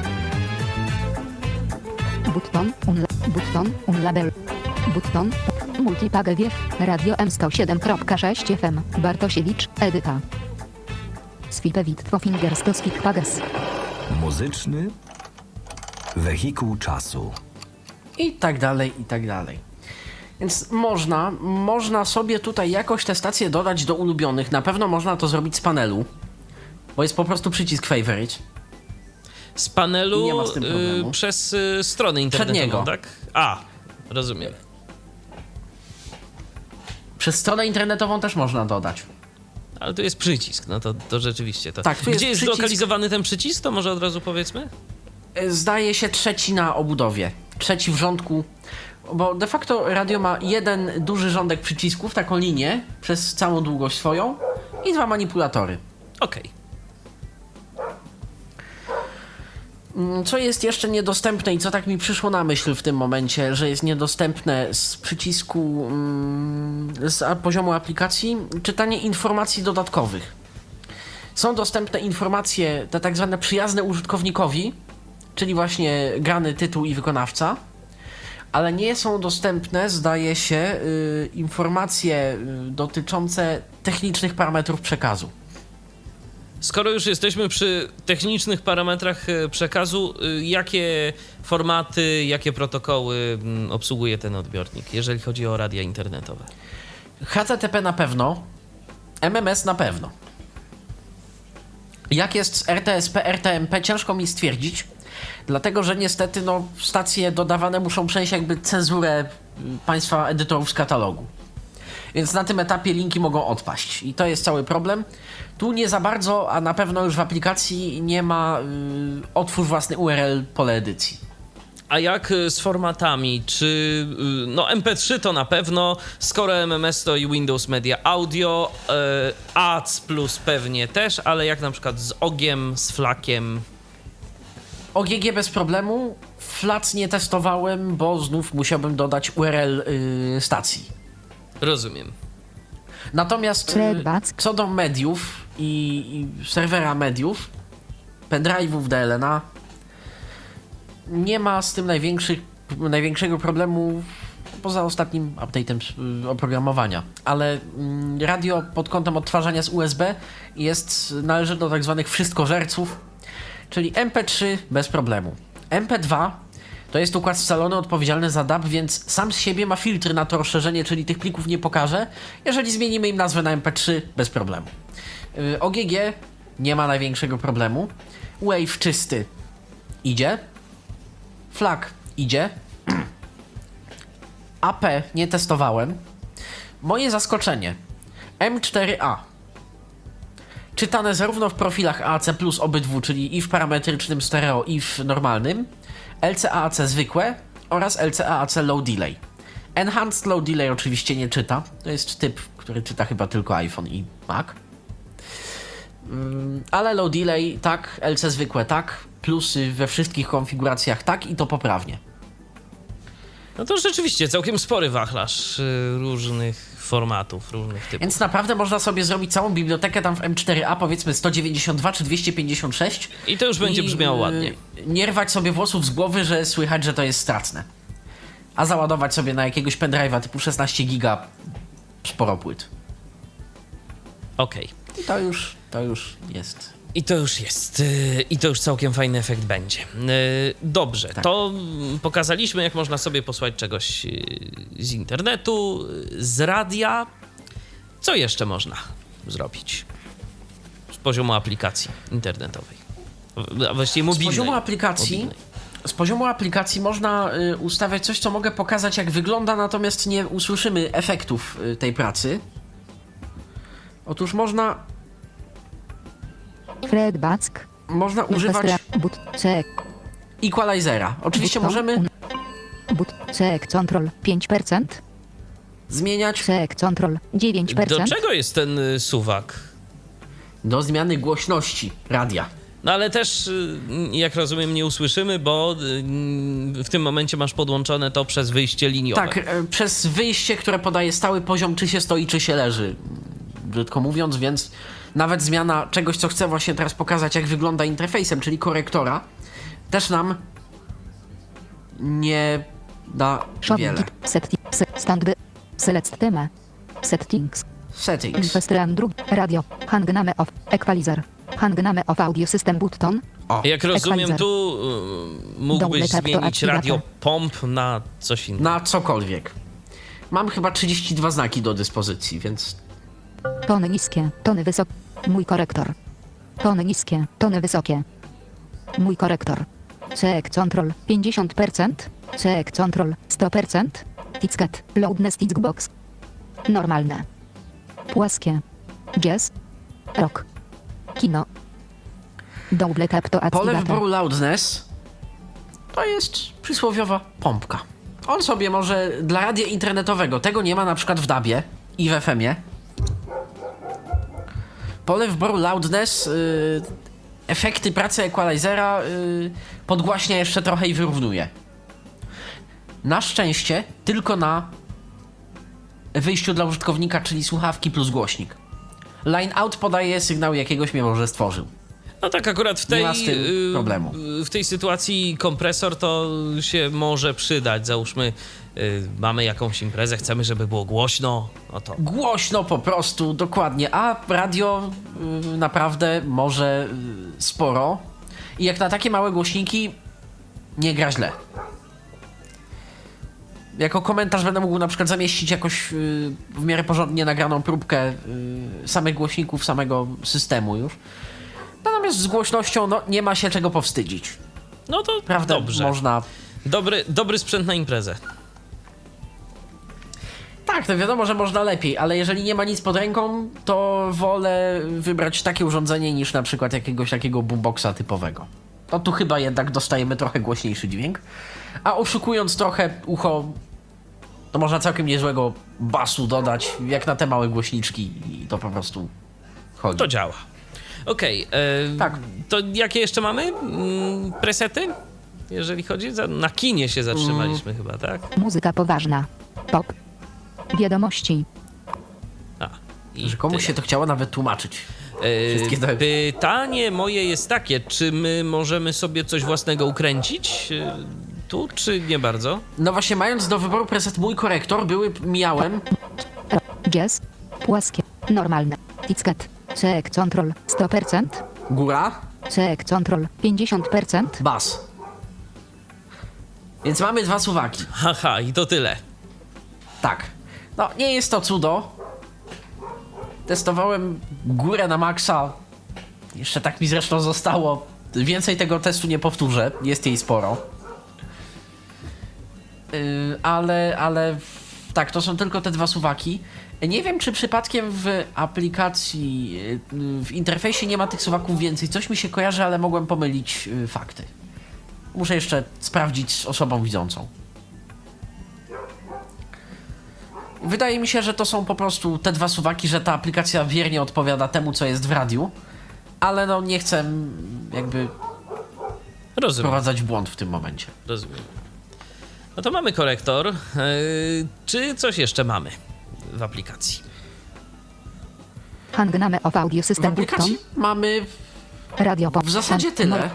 Button, Unlabel, Button, Multipagę Wiew, Radio M107.6 FM, Bartosiewicz, Edyta. Swipewit Fingers to Swik Pages. Muzyczny wehikuł czasu. I tak dalej, i tak dalej. Więc można sobie tutaj jakoś te stacje dodać do ulubionych. Na pewno można to zrobić z panelu, bo jest po prostu przycisk favorite. Z panelu Nie ma z tym problemu. przez stronę internetową, Przedniego. tak? A, rozumiem. Przez stronę internetową też można dodać. Ale tu jest przycisk, no to rzeczywiście to. Tak, tu jest Gdzie jest przycisk. zlokalizowany ten przycisk, to może od razu powiedzmy? Zdaje się trzeci na obudowie. Trzeci w rządku. Bo de facto radio ma jeden duży rządek przycisków, taką linię przez całą długość swoją i dwa manipulatory. Okej. Co jest jeszcze niedostępne i co tak mi przyszło na myśl w tym momencie, że jest niedostępne z przycisku z poziomu aplikacji, czytanie informacji dodatkowych. Są dostępne informacje, te tak zwane przyjazne użytkownikowi, czyli właśnie grany tytuł i wykonawca, ale nie są dostępne, zdaje się, informacje dotyczące technicznych parametrów przekazu. Skoro już jesteśmy przy technicznych parametrach przekazu, jakie formaty, jakie protokoły obsługuje ten odbiornik, jeżeli chodzi o radia internetowe? HTTP na pewno, MMS na pewno. Jak jest z RTSP, RTMP, ciężko mi stwierdzić, dlatego że niestety stacje dodawane muszą przejść jakby cenzurę państwa edytorów z katalogu. Więc na tym etapie linki mogą odpaść i to jest cały problem. Tu nie za bardzo, a na pewno już w aplikacji nie ma otwórz własny URL pole edycji. A jak z formatami? Czy MP3 to na pewno, skoro MMS to i Windows Media Audio, ADS Plus pewnie też, ale jak na przykład z OGiem, z FLACiem? OGG bez problemu. Flac nie testowałem, bo znów musiałbym dodać URL stacji. Rozumiem. Natomiast co do mediów i serwera mediów, pendrive'ów DLNA, nie ma z tym największego problemu poza ostatnim update'em oprogramowania. Ale radio pod kątem odtwarzania z USB należy do tak zwanych wszystkożerców, czyli MP3 bez problemu. MP2 to jest układ scalony odpowiedzialny za DAB, więc sam z siebie ma filtry na to rozszerzenie, czyli tych plików nie pokaże. Jeżeli zmienimy im nazwę na MP3, bez problemu. OGG nie ma największego problemu. Wave czysty idzie. FLAC idzie. AP nie testowałem. Moje zaskoczenie. M4A. Czytane zarówno w profilach AAC plus obydwu, czyli i w parametrycznym stereo, i w normalnym. LCAAC zwykłe oraz LCAAC low delay. Enhanced low delay oczywiście nie czyta. To jest typ, który czyta chyba tylko iPhone i Mac. Ale low delay tak, LC zwykłe tak, plusy we wszystkich konfiguracjach tak i to poprawnie. No to rzeczywiście całkiem spory wachlarz różnych formatów, różnych typów. Więc naprawdę można sobie zrobić całą bibliotekę tam w M4A, powiedzmy 192 czy 256. I to już będzie brzmiało ładnie. Nie rwać sobie włosów z głowy, że słychać, że to jest stracne. A załadować sobie na jakiegoś pendrive'a typu 16 giga sporo płyt. Okej. I to już jest. I to już całkiem fajny efekt będzie. Dobrze, tak. To pokazaliśmy, jak można sobie posłać czegoś z internetu, z radia. Co jeszcze można zrobić z poziomu aplikacji internetowej? A właściwie mobilnej. Z poziomu aplikacji można ustawiać coś, co mogę pokazać, jak wygląda, natomiast nie usłyszymy efektów tej pracy. Otóż można używać equalizera. Oczywiście możemy control 5%. Zmieniać control 9%. Do czego jest ten suwak? Do zmiany głośności radia. No ale też, jak rozumiem, nie usłyszymy, bo w tym momencie masz podłączone to przez wyjście liniowe. Tak, przez wyjście, które podaje stały poziom, czy się stoi, czy się leży. Brzydko mówiąc, więc nawet zmiana czegoś, co chcę właśnie teraz pokazać, jak wygląda interfejsem, czyli korektora, też nam nie da wiele. Select theme. Settings. Radio. Hangname of Equalizer. Hangname of Audio System Button. Jak rozumiem, tu mógłbyś zmienić radio pomp na coś innego. Na cokolwiek. Mam chyba 32 znaki do dyspozycji, więc... Tony niskie, tony wysokie. Mój korektor. Tony niskie, tony wysokie. Mój korektor. Check control 50%. Check control 100%. Ticket. Loudness tick box. Normalne. Płaskie. Jazz. Rock. Kino. Double tap to activator. Pole wyboru loudness to jest przysłowiowa pompka. On sobie może dla radia internetowego, tego nie ma na przykład w DAB-ie i w FM-ie. Pole wyboru loudness, efekty pracy equalizera podgłaśnia jeszcze trochę i wyrównuje. Na szczęście tylko na wyjściu dla użytkownika, czyli słuchawki plus głośnik. Line out podaje sygnał, jakiegoś mnie może stworzył. No tak, akurat w tej sytuacji kompresor to się może przydać. Załóżmy, mamy jakąś imprezę, chcemy, żeby było głośno. No to... Głośno po prostu, dokładnie. A radio naprawdę może sporo. I jak na takie małe głośniki nie gra źle. Jako komentarz będę mógł na przykład zamieścić jakoś w miarę porządnie nagraną próbkę samych głośników, samego systemu już. Natomiast z głośnością nie ma się czego powstydzić. No to prawda, dobrze. Można... Dobry sprzęt na imprezę. Tak, to wiadomo, że można lepiej, ale jeżeli nie ma nic pod ręką, to wolę wybrać takie urządzenie niż na przykład jakiegoś takiego boomboxa typowego. To tu chyba jednak dostajemy trochę głośniejszy dźwięk, a oszukując trochę ucho, to można całkiem niezłego basu dodać, jak na te małe głośniczki i to po prostu chodzi. To działa. Okej, Tak. to jakie jeszcze mamy presety? Jeżeli chodzi, na kinie się zatrzymaliśmy chyba, tak? Muzyka poważna. Pop. Wiadomości. I Że komuś tyle. się to chciało nawet tłumaczyć. Wszystkie te... Pytanie moje jest takie, czy my możemy sobie coś własnego ukręcić tu, czy nie bardzo? No właśnie, mając do wyboru preset Mój Korektor, miałem... Jazz. Płaskie. Normalne. Ticket. Check control 100%. Góra, Check control 50%. bas. Więc mamy 2 suwaki. Haha, i to tyle. Tak. No, nie jest to cudo. Testowałem górę na maksa. Jeszcze tak mi zresztą zostało. Więcej tego testu nie powtórzę. Jest jej sporo. Ale tak, to są tylko te 2 suwaki. Nie wiem, czy przypadkiem w aplikacji, w interfejsie nie ma tych suwaków więcej. Coś mi się kojarzy, ale mogłem pomylić fakty. Muszę jeszcze sprawdzić z osobą widzącą. Wydaje mi się, że to są po prostu te 2 suwaki, że ta aplikacja wiernie odpowiada temu, co jest w radiu, ale no nie chcę jakby wprowadzać w błąd w tym momencie. Rozumiem. No to mamy korektor. Czy coś jeszcze mamy w aplikacji? Hangname of audio W system aplikacji button. mamy Radio pop. w zasadzie tyle.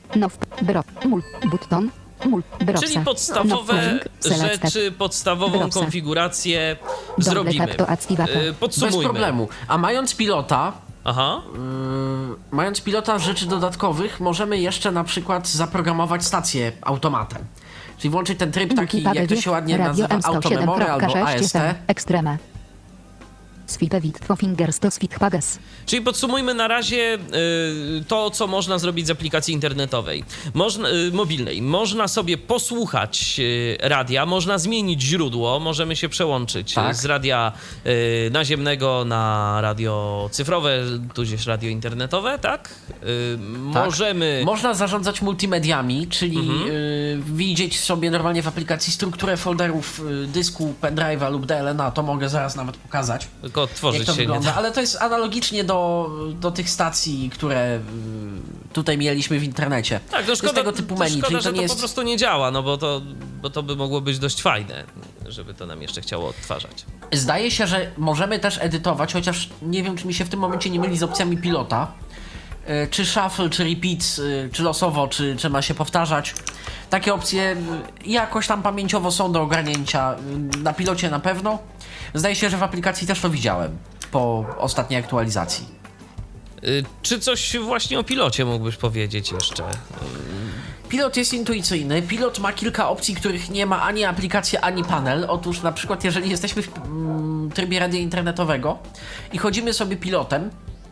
Button. Czyli podstawowe rzeczy, podstawową konfigurację zrobimy. Bez Podsumujmy. problemu. A mając pilota, Aha. mając pilota rzeczy dodatkowych, możemy jeszcze na przykład zaprogramować stację automatem. Czyli włączyć ten tryb taki, jak to się ładnie nazywa, automemory albo AST. Ekstreme. Swipewit fingers to switpages. Czyli podsumujmy na razie to, co można zrobić z aplikacji internetowej, mobilnej. Można sobie posłuchać radia, można zmienić źródło, możemy się przełączyć z radia naziemnego na radio cyfrowe, tudzież radio internetowe, tak? Możemy... Można zarządzać multimediami, czyli widzieć sobie normalnie w aplikacji strukturę folderów dysku, pendrive'a lub DLNA, to mogę zaraz nawet pokazać. Tylko odtworzyć jak to się wygląda, nie da. ale to jest analogicznie do tych stacji, które tutaj mieliśmy w internecie. Tak, no to szkoda, jest tego typu menu, szkoda, czyli że to nie jest... po prostu nie działa, no bo to by mogło być dość fajne, żeby to nam jeszcze chciało odtwarzać. Zdaje się, że możemy też edytować, chociaż nie wiem, czy mi się w tym momencie nie myli z opcjami pilota. Czy shuffle, czy repeat, czy losowo, czy ma się powtarzać. Takie opcje jakoś tam pamięciowo są do ogarnięcia. Na pilocie na pewno. Zdaje się, że w aplikacji też to widziałem po ostatniej aktualizacji. Czy coś właśnie o pilocie mógłbyś powiedzieć jeszcze? Pilot jest intuicyjny. Pilot ma kilka opcji, których nie ma ani aplikacja, ani panel. Otóż na przykład jeżeli jesteśmy w trybie radia internetowego i chodzimy sobie pilotem,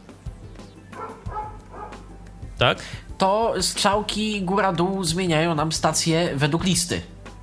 tak? To strzałki góra-dół zmieniają nam stację według listy.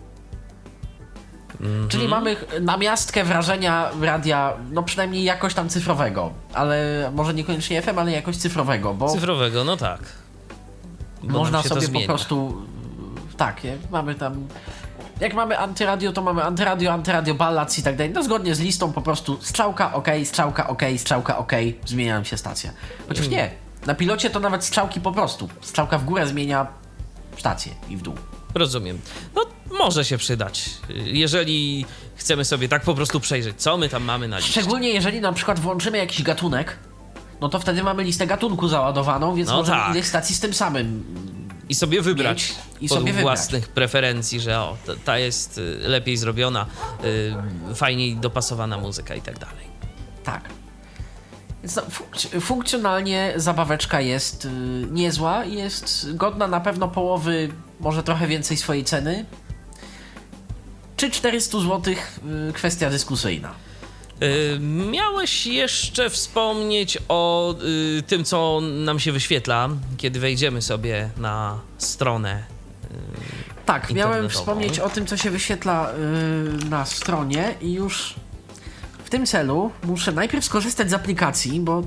Czyli mamy namiastkę wrażenia radia, no przynajmniej jakoś tam cyfrowego, ale może niekoniecznie FM, ale jakoś cyfrowego, bo... Cyfrowego, no tak. Bo można sobie po prostu... Tak, jak mamy antyradio, to mamy antyradio, ballads i tak dalej. No zgodnie z listą po prostu strzałka OK, strzałka OK, strzałka OK, zmieniają się stacje. Chociaż nie, na pilocie to nawet strzałki po prostu. Strzałka w górę zmienia stację i w dół. Rozumiem. No może się przydać, jeżeli chcemy sobie tak po prostu przejrzeć, co my tam mamy na liście. Szczególnie jeżeli na przykład włączymy jakiś gatunek, no to wtedy mamy listę gatunku załadowaną, więc możemy ileś stacji z tym samym i sobie wybrać własnych preferencji, że ta jest lepiej zrobiona, fajniej dopasowana muzyka i tak dalej. Tak. Więc no, funkcjonalnie zabaweczka jest niezła, jest godna na pewno połowy, może trochę więcej swojej ceny. Czy 400 zł, kwestia dyskusyjna. Miałeś jeszcze wspomnieć o tym, co nam się wyświetla, kiedy wejdziemy sobie na stronę tak, miałem wspomnieć o tym, co się wyświetla na stronie i już w tym celu muszę najpierw skorzystać z aplikacji, bo...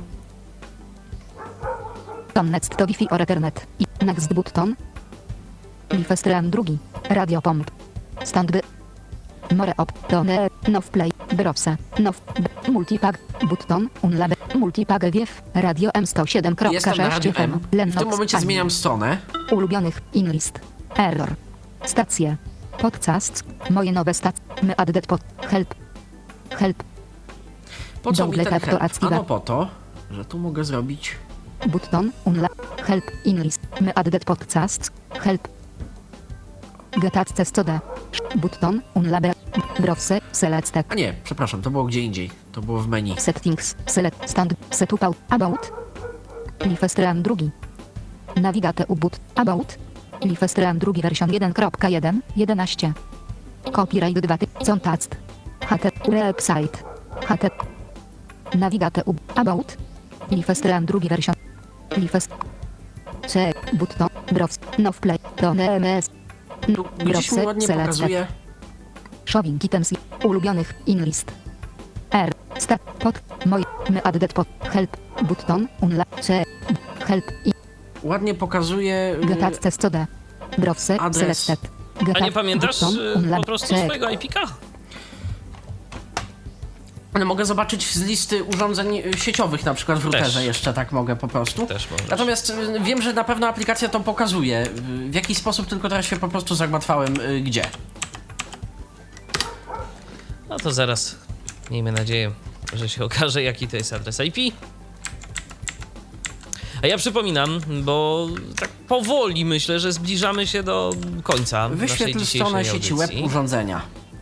Next to Wi-Fi or Ethernet i Next button. Lifestream 2. Radio pomp. Standby. More op. Tone. Now play. Browse. Now. Multipack. Button. Unlab. Multipage Wiew, Radio M107.6 Jestem na Radiu M. W Lennox, tym momencie Ani. zmieniam stronę. Ulubionych, Inlist, Error, Stacje, Podcasts, moje nowe stacje, my added pod, help, Po co mi Double ten tap to help? activate. Ano po to, że tu mogę zrobić... button, help, Inlist, my added podcasts, help, get access to the, button, browse, select, A nie, przepraszam, to było gdzie indziej. To było w menu. settings, select, stand, setup, about, Lifestream 2, navigate ubut, about, Lifestream 2 version 1.1, 11, copyright 2, contact, HT, website, HT, navigate about, Lifestream 2 version, Lifest, C, button, browse, now play, to NMS, Tu gdzieś mi ładnie pokazuje... Showing items, ulubionych, inlist, R, start, pod, moje, my added pod, help, button, C, help, i, Ładnie pokazuje... get access to the, browse, adres. selected, A nie pamiętasz po prostu swojego IP-ka? Ale mogę zobaczyć z listy urządzeń sieciowych, na przykład w routerze Też. jeszcze tak mogę po prostu. Też możesz. Natomiast wiem, że na pewno aplikacja to pokazuje. W jaki sposób, tylko teraz się po prostu zagmatwałem gdzie. No to zaraz, miejmy nadzieję, że się okaże, jaki to jest adres IP. A ja przypominam, bo tak powoli myślę, że zbliżamy się do końca naszej Wyświetl dzisiejszej stronę sieci web audycji. urządzenia.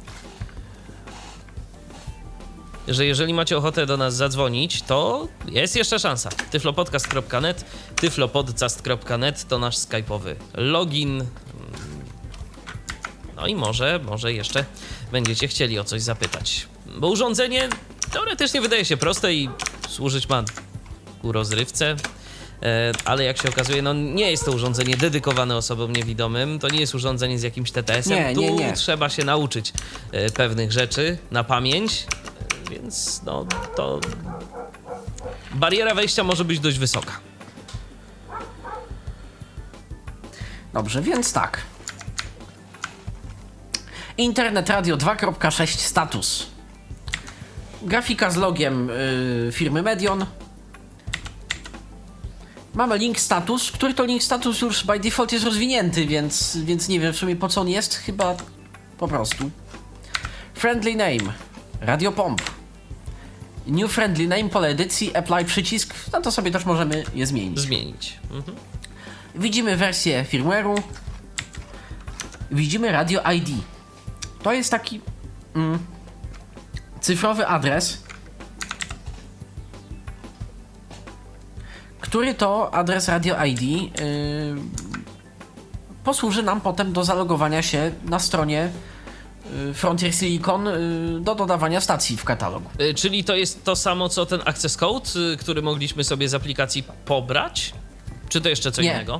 Że jeżeli macie ochotę do nas zadzwonić, to jest jeszcze szansa. tyflopodcast.net, tyflopodcast.net to nasz skype'owy login. No i może jeszcze będziecie chcieli o coś zapytać. Bo urządzenie teoretycznie wydaje się proste i służyć ma ku rozrywce, ale jak się okazuje, no nie jest to urządzenie dedykowane osobom niewidomym, to nie jest urządzenie z jakimś TTS-em. Nie. Trzeba się nauczyć pewnych rzeczy na pamięć, więc no to bariera wejścia może być dość wysoka. Dobrze, więc tak. Internet Radio 2.6 status. Grafika z logiem firmy Medion. Mamy link status, który to link status już by default jest rozwinięty, więc nie wiem w sumie po co on jest, chyba po prostu. Friendly name, Radio Pomp. New friendly name, pole edycji, apply przycisk, no to sobie też możemy je zmienić. Mhm. Widzimy wersję firmware'u. Widzimy Radio ID. To jest taki cyfrowy adres, który to adres Radio ID posłuży nam potem do zalogowania się na stronie Frontier Silicon do dodawania stacji w katalogu. Czyli to jest to samo, co ten access code, który mogliśmy sobie z aplikacji pobrać? Czy to jeszcze co innego?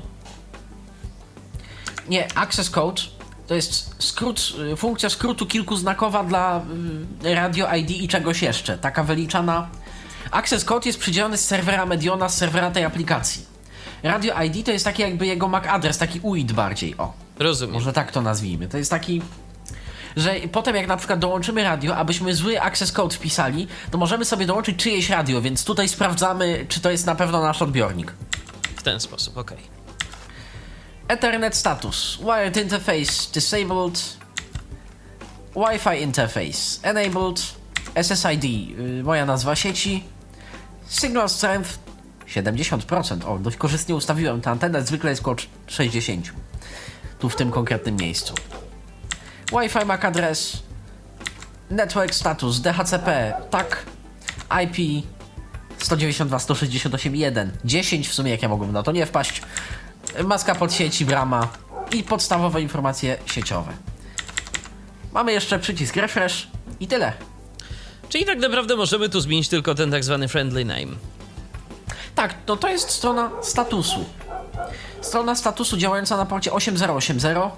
Nie, access code to jest skrót, funkcja skrótu kilkuznakowa dla Radio ID i czegoś jeszcze. Taka wyliczana. Access code jest przydzielony z serwera Mediona, z serwera tej aplikacji. Radio ID to jest taki jakby jego MAC adres, taki UID bardziej, o. Rozumiem. Może tak to nazwijmy. To jest taki, że potem jak na przykład dołączymy radio, abyśmy zły access code wpisali, to możemy sobie dołączyć czyjeś radio, więc tutaj sprawdzamy, czy to jest na pewno nasz odbiornik. W ten sposób, okej. Ethernet status. Wired interface disabled. Wi-Fi interface enabled. SSID, moja nazwa sieci. Signal strength 70%. O, dość korzystnie ustawiłem tę antenę, zwykle jest około 60. Tu w tym konkretnym miejscu. Wi-Fi MAC adres. Network status DHCP, tak. IP 192.168.1. 10 w sumie, jak ja mogłem na to nie wpaść. Maska pod sieci, brama i podstawowe informacje sieciowe. Mamy jeszcze przycisk refresh i tyle. Czyli tak naprawdę możemy tu zmienić tylko ten tak zwany friendly name. Tak, no to jest strona statusu. Strona statusu działająca na porcie 8080.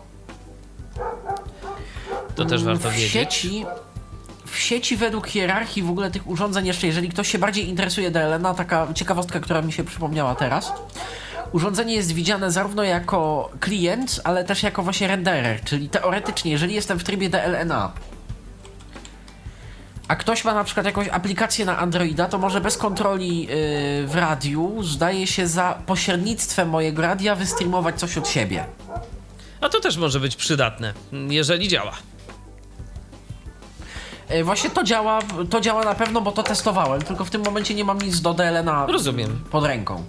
To też warto wiedzieć. W sieci według hierarchii w ogóle tych urządzeń jeszcze, jeżeli ktoś się bardziej interesuje DLNA, taka ciekawostka, która mi się przypomniała teraz. Urządzenie jest widziane zarówno jako klient, ale też jako właśnie renderer, czyli teoretycznie, jeżeli jestem w trybie DLNA a ktoś ma na przykład jakąś aplikację na Androida, to może bez kontroli w radiu, zdaje się, za pośrednictwem mojego radia wystreamować coś od siebie. A to też może być przydatne, jeżeli działa. Właśnie to działa na pewno, bo to testowałem, tylko w tym momencie nie mam nic do DLNA pod ręką.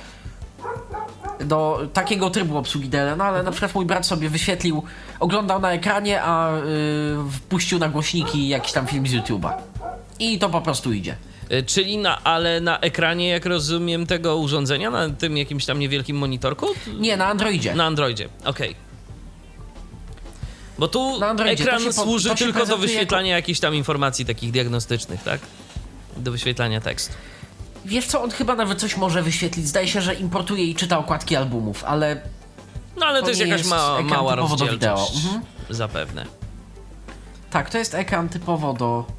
Do takiego trybu obsługi DLNA, ale na przykład mój brat sobie wyświetlił, oglądał na ekranie, a wpuścił na głośniki jakiś tam film z YouTube'a. I to po prostu idzie. Czyli ale na ekranie, jak rozumiem, tego urządzenia, na tym jakimś tam niewielkim monitorku? Nie, na Androidzie. Na Androidzie, okej. Bo tu ekran służy tylko do wyświetlania jakichś tam informacji takich diagnostycznych, tak? Do wyświetlania tekstu. Wiesz co, on chyba nawet coś może wyświetlić. Zdaje się, że importuje i czyta okładki albumów, ale... No ale to jest jakaś mała rozdzielczość. Mhm. Zapewne. Tak, to jest ekran typowo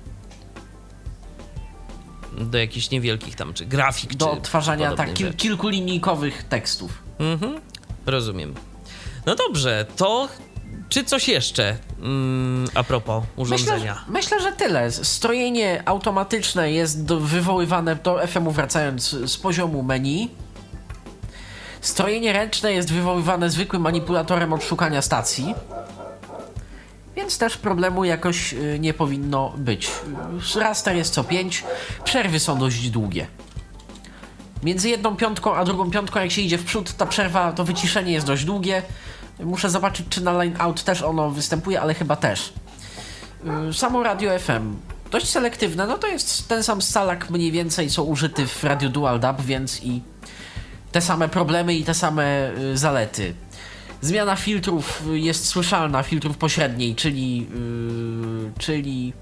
do jakichś niewielkich tam, czy grafik, do czy odtwarzania kilkulinijkowych tekstów. Mhm, rozumiem. No dobrze, to czy coś jeszcze a propos urządzenia? Myślę, że tyle. Strojenie automatyczne jest wywoływane do FM-u, wracając, z poziomu menu. Strojenie ręczne jest wywoływane zwykłym manipulatorem odszukania stacji. Więc też problemu jakoś nie powinno być. Raster jest co 5, przerwy są dość długie. Między jedną piątką a drugą piątką, jak się idzie w przód, ta przerwa, to wyciszenie jest dość długie. Muszę zobaczyć, czy na line out też ono występuje, ale chyba też. Samo radio FM dość selektywne, no to jest ten sam scalak mniej więcej, co użyty w Radio Dual DAB, więc i te same problemy i te same zalety. Zmiana filtrów jest słyszalna, filtrów pośredniej, czyli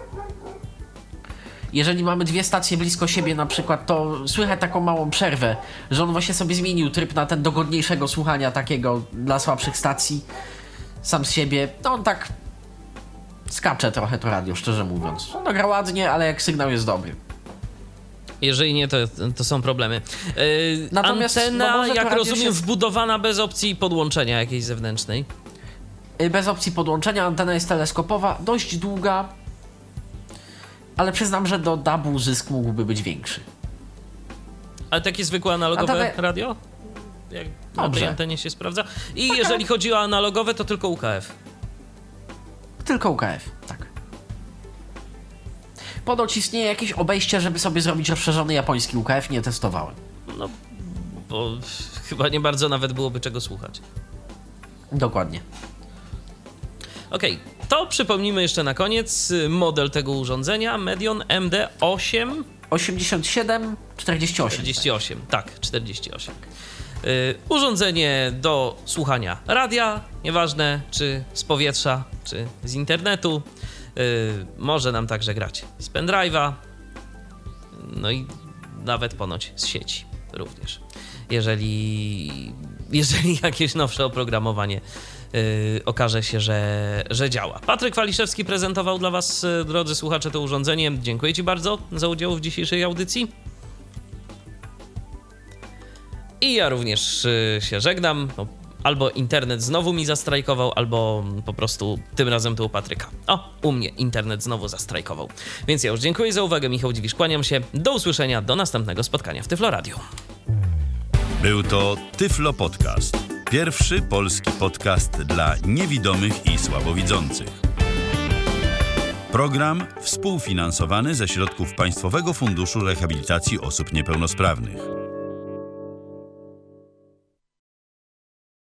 jeżeli mamy dwie stacje blisko siebie na przykład, to słychać taką małą przerwę, że on właśnie sobie zmienił tryb na ten dogodniejszego słuchania, takiego dla słabszych stacji, sam z siebie. No on tak skacze trochę to radio, szczerze mówiąc. No gra ładnie, ale jak sygnał jest dobry. Jeżeli nie, to są problemy. Natomiast antena, jak rozumiem, wbudowana bez opcji podłączenia jakiejś zewnętrznej. Bez opcji podłączenia, antena jest teleskopowa, dość długa, ale przyznam, że do DAB-u zysk mógłby być większy. Ale takie zwykłe analogowe radio? Jak na tej antenie się sprawdza? I tak, jeżeli chodzi o analogowe, to tylko UKF. Tylko UKF, tak. Ponoć istnieje jakieś obejście, żeby sobie zrobić rozszerzony japoński UKF, nie testowałem. No, bo chyba nie bardzo nawet byłoby czego słuchać. Dokładnie. Okej, to przypomnijmy jeszcze na koniec model tego urządzenia, Medion MD8 8748. 48, tak, 48. Urządzenie do słuchania radia, nieważne czy z powietrza, czy z internetu. Może nam także grać z pendrive'a, no i nawet ponoć z sieci również, jeżeli jakieś nowsze oprogramowanie okaże się, że działa. Patryk Waliszewski prezentował dla Was, drodzy słuchacze, to urządzenie. Dziękuję Ci bardzo za udział w dzisiejszej audycji. I ja również się żegnam. Albo internet znowu mi zastrajkował, albo po prostu tym razem to u Patryka. U mnie internet znowu zastrajkował. Więc ja już dziękuję za uwagę. Michał Dziwisz, kłaniam się. Do usłyszenia, do następnego spotkania w Tyflo Radio. Był to Tyflo Podcast. Pierwszy polski podcast dla niewidomych i słabowidzących. Program współfinansowany ze środków Państwowego Funduszu Rehabilitacji Osób Niepełnosprawnych.